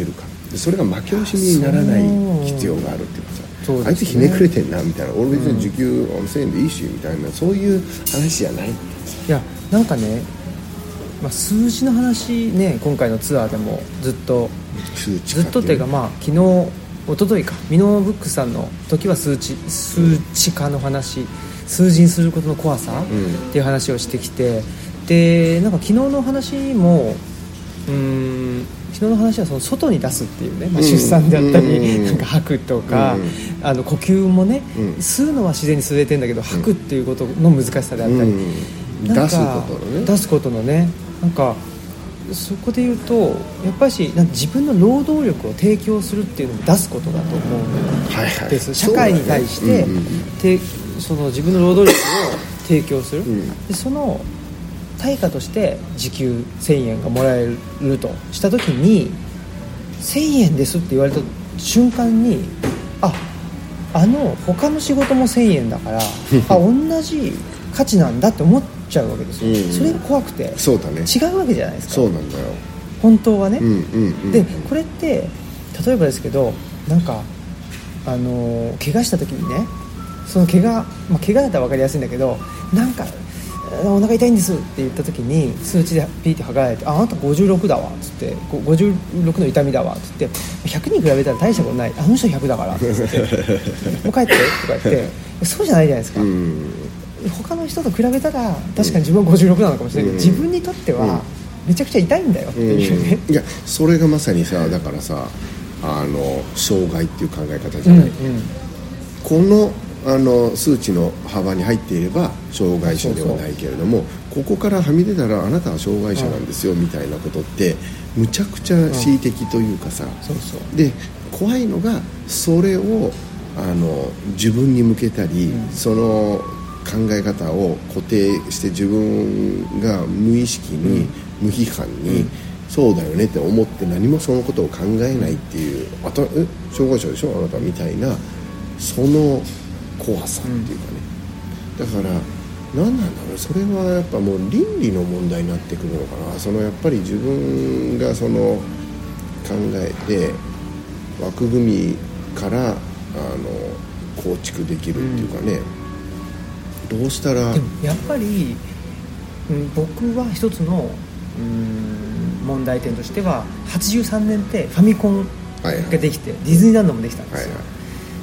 それが負け惜しみにならない必要があるっていうかさ、 そうですね、 あいつひねくれてんなみたいな、俺別に時給せんえんでいいしみたいな、そういう話じゃない。 いやなんかね、まあ、数字の話ね、今回のツアーでもずっと数値ずっとっていうか、まあ昨日一昨日かミノブックスさんの時は数値数値化の話、数字にすることの怖さっていう話をしてきて、でなんか昨日の話もうーん昨日の話はその外に出すっていうね、まあ、出産であったり、うん、なんか吐くとか、うん、あの呼吸もね、うん、吸うのは自然に吸えてんだけど、吐くっていうことの難しさであったり、 うん、なんか出すことのね出すことのね、なんかそこで言うとやっぱりなんか自分の労働力を提供するっていうのを出すことだと思うんです、はいはい、社会に対して、ね、うんうん、その自分の労働力を提供する、うん、でその対価として時給せんえんがもらえるとした時にせんえんですって言われた瞬間に、ああの他の仕事もせんえんだからあ同じ価値なんだって思っちゃうわけですよ、うんうん、それが怖くて、 そうだね、 違うわけじゃないですか。 そうなんだよ本当はね、 うんうんうんうん、 でこれって例えばですけど、なんかあの怪我した時にね、その怪我、まあ、怪我だったら分かりやすいんだけど、なんかお腹痛いんですって言った時に数値でピーって測られて、ああなたごじゅうろくだわっつって、ごじゅうろくの痛みだわっつって、ひゃくに比べたら大したことない、あの人ひゃくだからっつってもう帰ってとか言ってそうじゃないじゃないですか、うん、他の人と比べたら確かに自分はごじゅうろくなのかもしれないけど、うん、自分にとってはめちゃくちゃ痛いんだよっていうね、 うん、いやそれがまさにさ、だからさ、あの障害っていう考え方じゃない、うんうん、このあの数値の幅に入っていれば障害者ではないけれども、そうそう、ここからはみ出たらあなたは障害者なんですよ、うん、みたいなことってむちゃくちゃ恣意的というかさ、うん、そうそうで怖いのがそれをあの自分に向けたり、うん、その考え方を固定して自分が無意識に、うん、無批判に、うん、そうだよねって思って何もそのことを考えないっていう、あとえ障害者でしょあなたみたいな、その怖さっていうかね、うん、だから何なんだろう、それはやっぱもう倫理の問題になってくるのかな。そのやっぱり自分がその考えて枠組みからあの構築できるっていうかね、うん、どうしたら。 でもやっぱり、うん、僕は一つのうん問題点としてははちじゅうさんねんってファミコンができて、はいはい、ディズニーランドもできたんですよ、はいはい、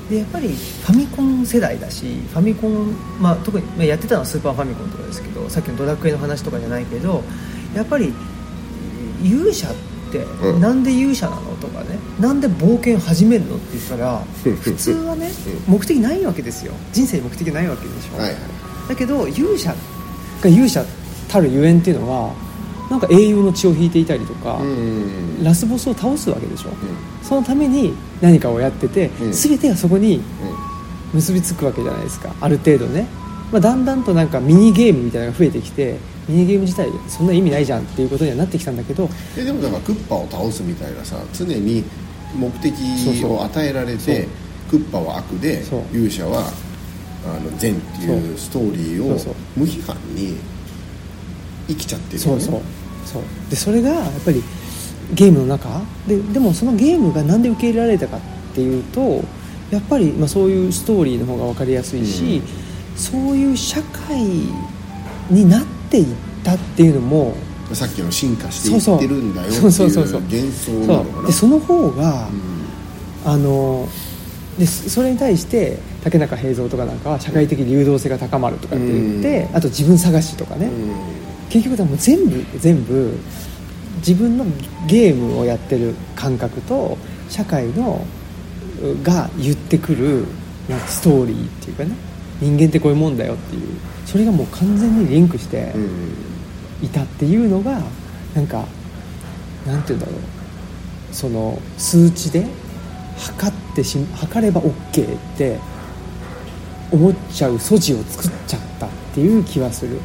でやっぱりファミコン世代だし、ファミコン、まあ、特に、まあ、やってたのはスーパーファミコンとかですけど、さっきのドラクエの話とかじゃないけど、やっぱり勇者ってなんで勇者なのとかね、なんで冒険始めるのって言ったら普通はね目的ないわけですよ、人生に目的ないわけでしょ、はいはい、だけど勇者が勇者たるゆえんっていうのはなんか英雄の血を引いていたりとか、うんうんうん、ラスボスを倒すわけでしょ、うん、そのために何かをやってて、うん、全てがそこに結びつくわけじゃないですか、ある程度ね、まあ、だんだんとなんかミニゲームみたいなのが増えてきて、ミニゲーム自体そんな意味ないじゃんっていうことにはなってきたんだけど、 えでもだからクッパを倒すみたいなさ、常に目的を与えられて、クッパは悪で勇者はあの善っていうストーリーを無批判に生きちゃってるよね。そうそうそうでそれがやっぱりゲームの中で、でもそのゲームがなんで受け入れられたかっていうと、やっぱりまあそういうストーリーの方が分かりやすいし、うん、そういう社会になっていったっていうのもさっきの進化していってるんだよっていう幻想なのかな。 でその方が、うん、あのでそれに対して竹中平蔵とかなんかは社会的流動性が高まるとかって言って、うん、あと自分探しとかね、うん、結局はもう全部全部自分のゲームをやってる感覚と社会のが言ってくるなんかストーリーっていうかね、人間ってこういうもんだよっていう、それがもう完全にリンクしていたっていうのが、なんかなんていうんだろう、その数値で測ってし測れば OK って思っちゃう素地を作っちゃったっていう気はする。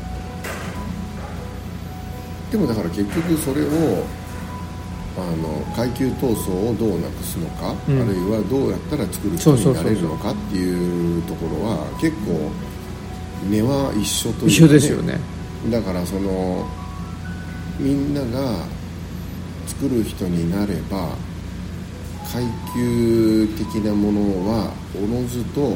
でもだから結局それをあの階級闘争をどうなくすのか、うん、あるいはどうやったら作る人になれるのかっていうところは結構根は一緒というか、ね、 一緒ですよね。 だからそのみんなが作る人になれば階級的なものはおのずと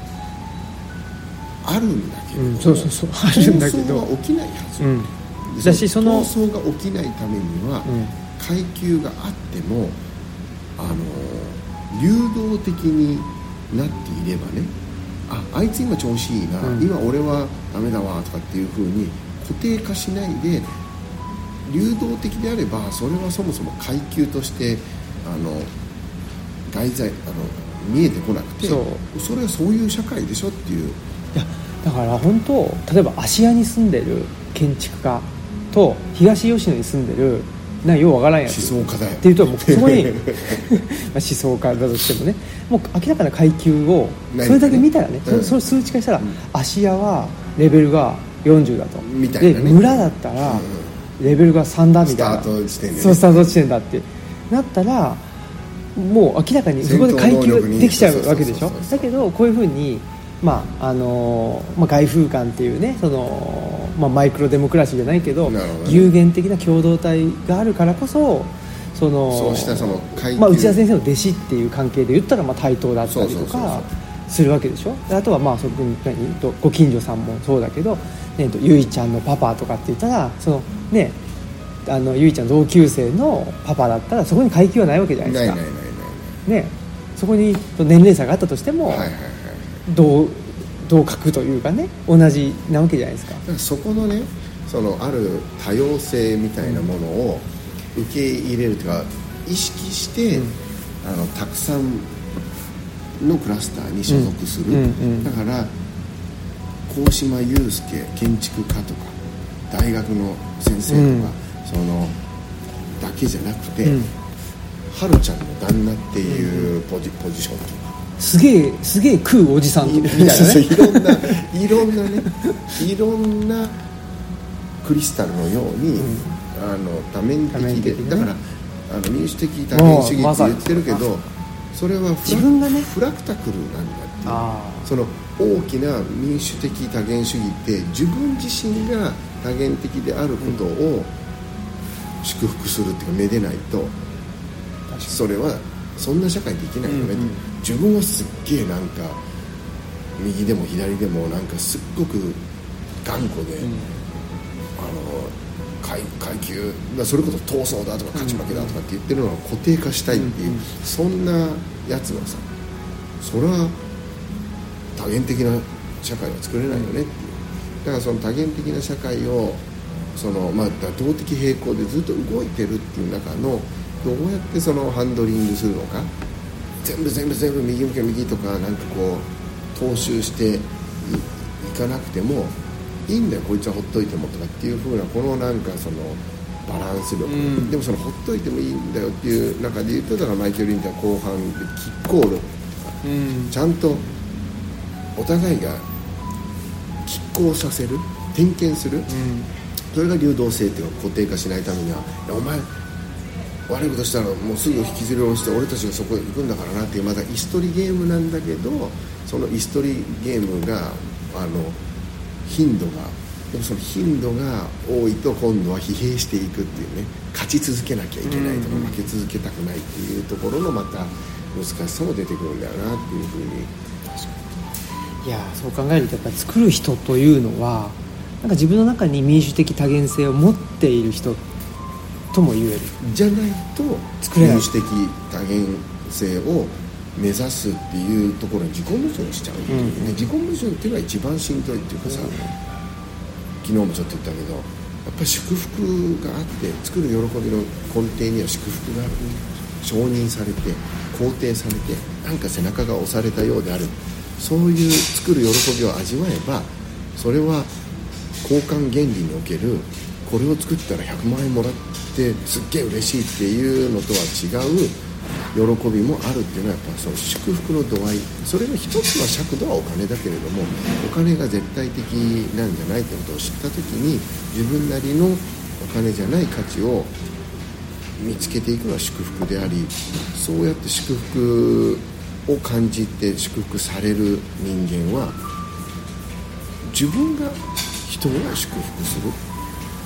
あるんだけど、うん、 そうそうそうあるんだけど闘争は起きないはず、うん、 だしその闘争が起きないためには、うん、階級があってもあの流動的になっていればね、ああいつ今調子いいな、うん、今俺はダメだわとかっていう風に固定化しないで流動的であれば、それはそもそも階級としてあの外在あの見えてこなくて、 そ, それはそういう社会でしょっていう。 いやだから本当例えば芦屋に住んでる建築家と東吉野に住んでるなんかようわからんやつ思想家だよっていうともうそこにまあ思想家だとしてもね、もう明らかな階級をそれだけ見たらね、うん、それ数値化したら、うん、芦屋はレベルがよんじゅうだとみたいな、ね、 で村だったら、うんレベルがさんだみたいなスタート地点で、ね、 そうスタート地点だってなったらもう明らかにそこで階級ができちゃうわけでしょ。だけどこういうふうに、まああのまあ、外風館っていうねその、まあ、マイクロデモクラシーじゃないけど、ね、有限的な共同体があるからこそそのそうしたその階級、 まあ、内田先生の弟子っていう関係で言ったらまあ対等だったりとかするわけでしょ。あとはまあそこにご近所さんもそうだけど、ね、ゆいちゃんのパパとかって言ったらそのねあのゆいちゃん同級生のパパだったらそこに階級はないわけじゃないですか。 ないないないない、 ね、そこに年齢差があったとしても、はいはいはい、同同格というかね同じなわけじゃないですか。だからそこのねそのある多様性みたいなものを受け入れるというか意識して、うん、あのたくさんのクラスターに所属する、うんうんうん、だから高島祐介建築家とか大学の先生とか、うん、そのだけじゃなくて、うん、はるちゃんの旦那っていうポジ、うん、ポジションとかすげえすげえ食うおじさんみたいなねいろんないろんなねいろんなクリスタルのように、うん、あの多面的で、ね、だからあの民主的多元主義って言ってるけど、それは自分がねフラクタクルなんだっていう。あその大きな民主的多元主義って自分自身が多元的であることを祝福するっていうかめでないと、それはそんな社会できないよね、うんうん、自分はすっげえなんか右でも左でもなんかすっごく頑固で、うん、あの 階, 階級それこそ闘争だとか勝ち負けだとかって言ってるのは固定化したいっていう、うんうん、そんなやつはさそれは多元的な社会は作れないよねっていう。だからその多元的な社会をその、まあ、動的平衡でずっと動いてるっていう中のどうやってそのハンドリングするのか、全部全部全部右向け右とかなんかこう踏襲して い, いかなくてもいいんだよこいつはほっといてもとかっていう風なこのなんかそのバランス力、うん、でもそのほっといてもいいんだよっていう中で言うとだからマイケル・リントは後半でキッコール、うん、ちゃんとお互いが拮抗させる点検する、うん、それが流動性っていうか固定化しないためには、いやお前悪いことしたらもうすぐ引きずり下ろして俺たちがそこへ行くんだからなっていうまだイス取りゲームなんだけど、そのイス取りゲームがあの頻度がでもその頻度が多いと今度は疲弊していくっていうね、勝ち続けなきゃいけないとか、うんうん、負け続けたくないっていうところのまた難しさも出てくるんだよなっていうふうに。 いやそう考えるとやっぱり作る人というのはなんか自分の中に民主的多元性を持っている人とも言えるじゃないと作れない民主的多元性を目指すっていうところに自己矛盾しちゃうっていうね、うん、自己矛盾っていうのが一番しんどいっていうかさ、うん、昨日もちょっと言ったけどやっぱり祝福があって作る喜びの根底には祝福がある、承認されて肯定されてなんか背中が押されたようである、そういう作る喜びを味わえばそれは交換原理におけるこれを作ったらひゃくまんえんもらってすっげえ嬉しいっていうのとは違う喜びもあるっていうのはやっぱその祝福の度合い、それの一つの尺度はお金だけれどもお金が絶対的なんじゃないってことを知った時に自分なりのお金じゃない価値を見つけていくのは祝福であり、そうやって祝福を感じて祝福される人間は自分が人を祝福する、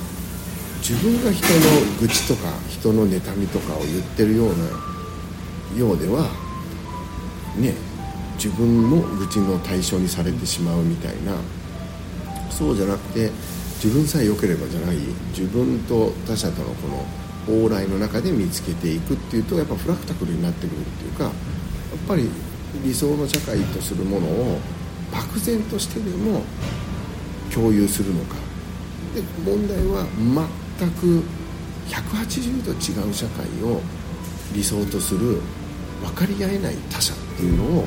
自分が人の愚痴とか人の妬みとかを言ってるようなようではね、自分も愚痴の対象にされてしまうみたいな、そうじゃなくて自分さえ良ければじゃない、自分と他者とのこの往来の中で見つけていくっていうと、やっぱフラクタクルになってくるっていうか、やっぱり理想の社会とするものを漠然としてでも共有するのかで、問題は全くひゃくはちじゅうど違う社会を理想とする分かり合えない他者っていうのを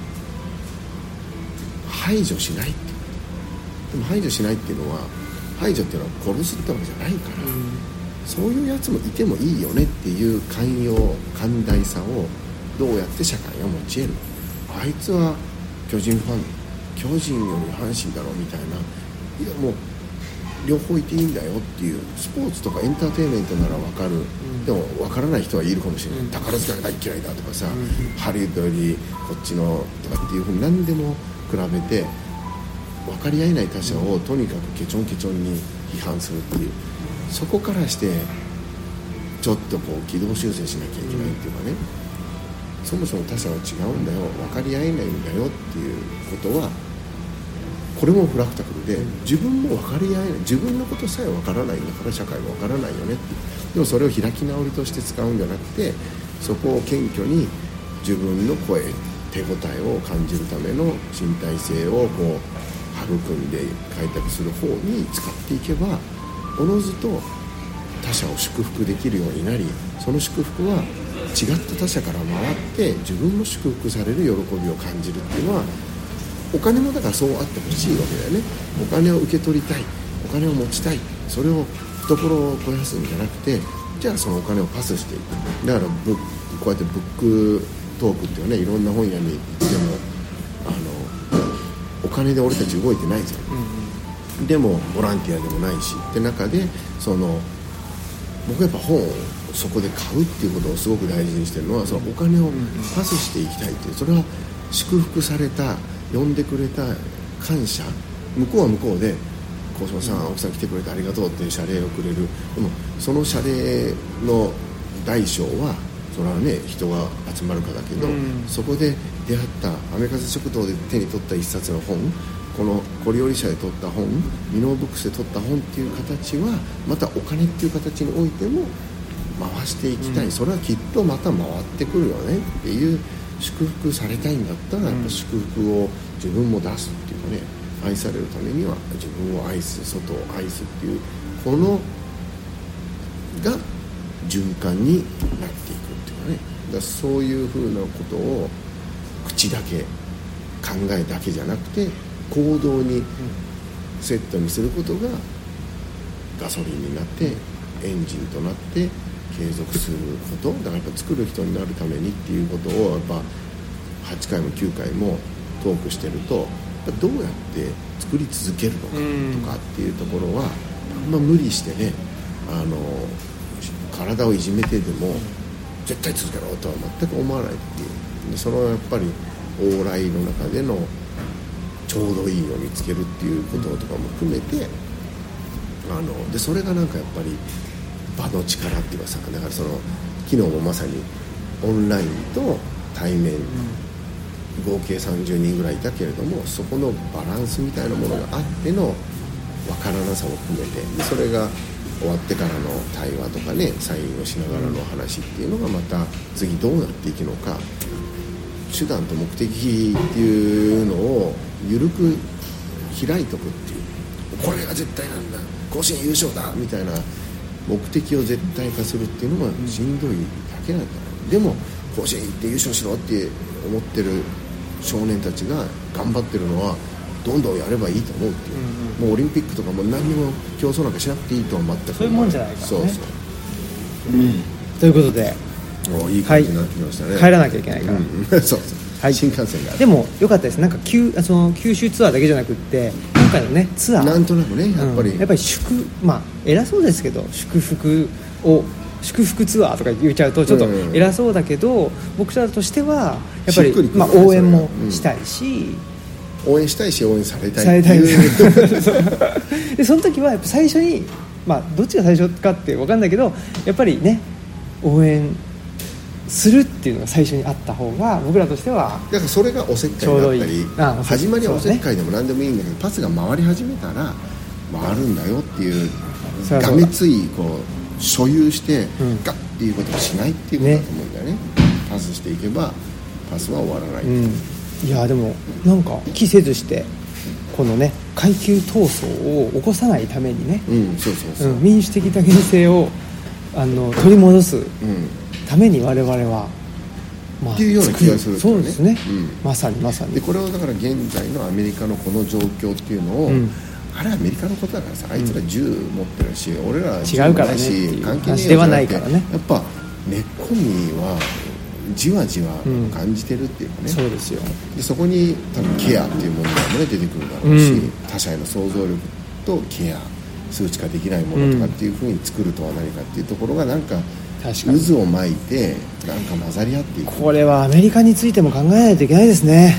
排除しないっていう。でも排除しないっていうのは、排除っていうのは殺すってわけじゃないから、うん、そういうやつもいてもいいよねっていう寛容寛大さをどうやって社会が持ち得る。あいつは巨人ファン、巨人より阪神だろうみたいな、いやもう両方いていいんだよっていう、スポーツとかエンターテインメントなら分かる、うん、でも分からない人はいるかもしれない、うん、宝塚が大嫌いだとかさ、うん、ハリウッドよりこっちのとかっていうふうに何でも比べて分かり合えない他者をとにかくケチョンケチョンに批判するっていう、そこからしてちょっとこう軌道修正しなきゃいけないっていうかね、うん、そもそも他者は違うんだよ、分かり合えないんだよっていうことは、これもフラクタクルで、自分も分かり合えない、自分のことさえ分からないんだから社会は分からないよねっていう。でもそれを開き直りとして使うんじゃなくて、そこを謙虚に自分の声、手応えを感じるための身体性をこう育んで開拓する方に使っていけば、おのずと他者を祝福できるようになり、その祝福は違った他者から回って自分も祝福される喜びを感じるっていうのは、お金もだからそうあってほしいわけだよね。お金を受け取りたい、お金を持ちたい、それを懐を肥やすんじゃなくて、じゃあそのお金をパスしていく。だからブこうやってブックトークっていうね、いろんな本屋に行ってもあのお金で俺たち動いてないじゃん、うんうん、でもボランティアでもないしって中で、その僕はやっぱ本をそこで買うっていうことをすごく大事にしてるのは、そのお金をパスしていきたいっていう、それは祝福された、呼んでくれた感謝、向こうは向こうで高島さん、奥さん来てくれてありがとうっていう謝礼をくれる。でもその謝礼の大小はそれはね、人が集まるかだけど、うん、そこで出会った雨風食堂で手に取った一冊の本、この小料社で取った本、ミノーブックスで取った本っていう形はまたお金っていう形においても回していきたい、うん、それはきっとまた回ってくるよねっていう、祝福されたいんだったらやっぱ祝福を自分も出すっていうかね、愛されるためには自分を愛す、外を愛すっていう、このが循環になっていくっていうかね。だからそういうふうなことを口だけ、考えだけじゃなくて行動にセットにすることがガソリンになってエンジンとなって継続することだから、やっぱ作る人になるためにっていうことをやっぱはちかいもきゅうかいもトークしてると、どうやって作り続けるのかとかっていうところはあんま無理してね、あの体をいじめてでも絶対続けろとは全く思わないっていう。でそのやっぱり往来の中でのちょうどいいのを見つけるっていうこととかも含めて、あのでそれがなんかやっぱり場の力っていうかさ、だからその昨日もまさにオンラインと対面、合計さんじゅうにんぐらいいたけれども、そこのバランスみたいなものがあっての分からなさも含めて、それが終わってからの対話とかね、サインをしながらの話っていうのがまた次どうなっていくのか、手段と目的っていうのを緩く開いとくっていう、これが絶対なんだ、甲子園優勝だみたいな目的を絶対化するっていうのがしんどいだけなんだ。でも甲子園行って優勝しろって思ってる少年たちが頑張ってるのはどんどんやればいいと思うっていう、うんうん、もうオリンピックとかも何にも競争なんかしなくていいとは全くそういうもんじゃないからね。 そうそう、 うん、ということで、 おいい感じになってきましたね、 はい、帰らなきゃいけないから、うん、 そうそう、はい、新幹線がでも良かったです。なんか九その九州ツアーだけじゃなくって今回のねツアーなんとなくね、やっぱり、 うん、やっぱり祝まあ偉そうですけど祝福を祝福ツアーとか言っちゃうとちょっと偉そうだけど、うん、僕らとしてはやっぱり、まあ、応援もしたいし、 うん、応援したいし応援されたいっていうでその時はやっぱ最初に、まあ、どっちが最初かって分かんないけどやっぱりね応援するっていうのが最初にあった方が僕らとしてはだからそれがおせっかいだったり、 ちょうどいい。ああ始まりはおせっかいでも何でもいいんだけど、パスが回り始めたら回るんだよっていう、 そりゃそうだがめついこう所有してうんガッっていうことをしないっていうことだと思うんだよね。パスしていけばパスは終わらない、 うん、いやでもなんか気せずしてこのね階級闘争を起こさないためにね、 うん、そうそうそう、 うん、民主的多元性をあの取り戻すうんために我々は、まあ、 っていうような気がするんですよね。 そうですね、 うんまさにまさにでこれをだから現在のアメリカのこの状況っていうのを、 うんあれはアメリカのことだからさ、あいつら銃持ってるし、俺らは違うからねっていう話ではないからね。 やっぱ根っこにはじわじわ感じてるっていうかね、 そうですよ。 でそこに多分ケアっていうものが、ね、出てくるだろうし、 うん他者への想像力とケア、数値化できないものとかっていうふうに作るとは何かっていうところがなんか確かに渦を巻いてなんか混ざり合っていく。 これはアメリカについても考えないといけないですね。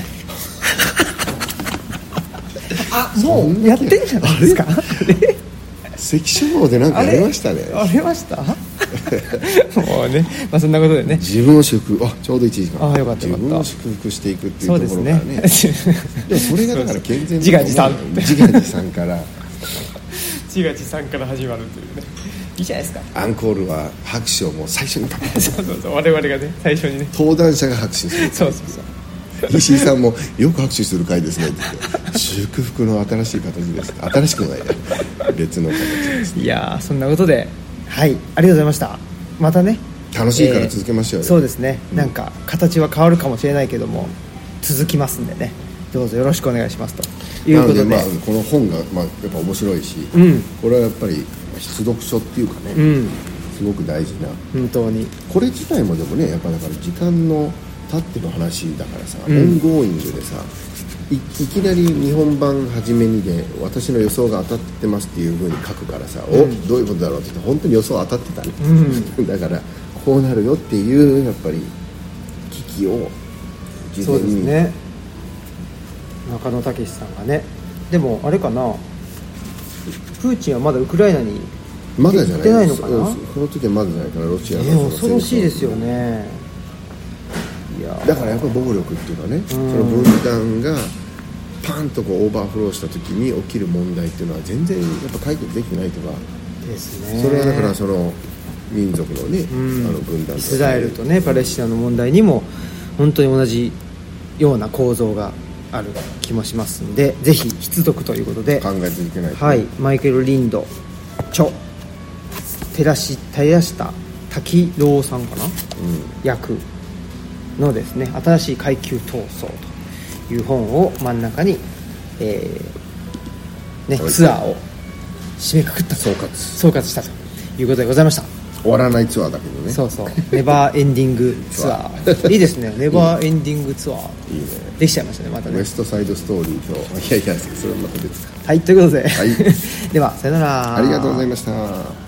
あ、もうやってんじゃないですか。 関所号でなんかやりましたね。 あれましたもうね、まあ、そんなことでね、 自分を祝福、あ、ちょうどいちじかん。 あ、よかったよかった。 自分を祝福していくっていうところからね。 そうですね。 でもそれがだから健全自画自賛自画自賛から自画自賛から始まるというね、いいじゃないですか。 アンコールは拍手をもう最初にかけてそうそうそう、我々がね最初にね、 登壇者が拍手する。 そうそうそう、 石井さんもよく拍手する回ですねって言って、祝福の新しい形です。新しくもないね、別の形です、ね、 いやー、そんなことで、はい、ありがとうございました。またね、 楽しいから続けましょうよ、 えー、そうですね、 うん、 なんか形は変わるかもしれないけども続きますんでね、どうぞよろしくお願いしますということで、 なので、まあ、この本が、まあ、やっぱ面白いし、 うん、 これはやっぱり必読書っていうかね、うん、すごく大事な、 本当にこれ自体もでもね、やっぱだから時間の経っての話だからさ、うん、オンゴーイングでさ、い, いきなり日本版初めにで私の予想が当たってますっていう風に書くからさ、うん、お、どういうことだろうって言って本当に予想当たってたね、うん、だからこうなるよっていうやっぱり危機を事前に。 そうですね、中野武さんがね。でもあれかな、プーチンはまだウクライナにまだじゃない行ってないのかな。 その時はまだじゃないかな、ロシアの、 えー、恐ろしいですよね。いやだからやっぱり暴力っていうかね、うん、その分断がパンとこうオーバーフローした時に起きる問題っていうのは全然やっぱ解決できてないとかですね。 それはだからその民族のね、うん、あの分断とかイスラエルとねパレスチナの問題にも本当に同じような構造がある気もしますので、ぜひ必読ということで考え続けないと、 はい、マイケル・リンド著寺下寺下滝郎さんかな、うん、役のですね、新しい階級闘争という本を真ん中に、えーね、ツアーを締めくくった総括総括したということでございました。 終わらないツアーだけどね。 そうそう、ネバーエンディングツアーいいですね、ネバーエンディングツアーいいね、できちゃいましたね、またね。 ウエストサイドストーリーと、いやいやそれはまた別か。 はい、ということで、 はい、 ではさよなら。 ありがとうございました。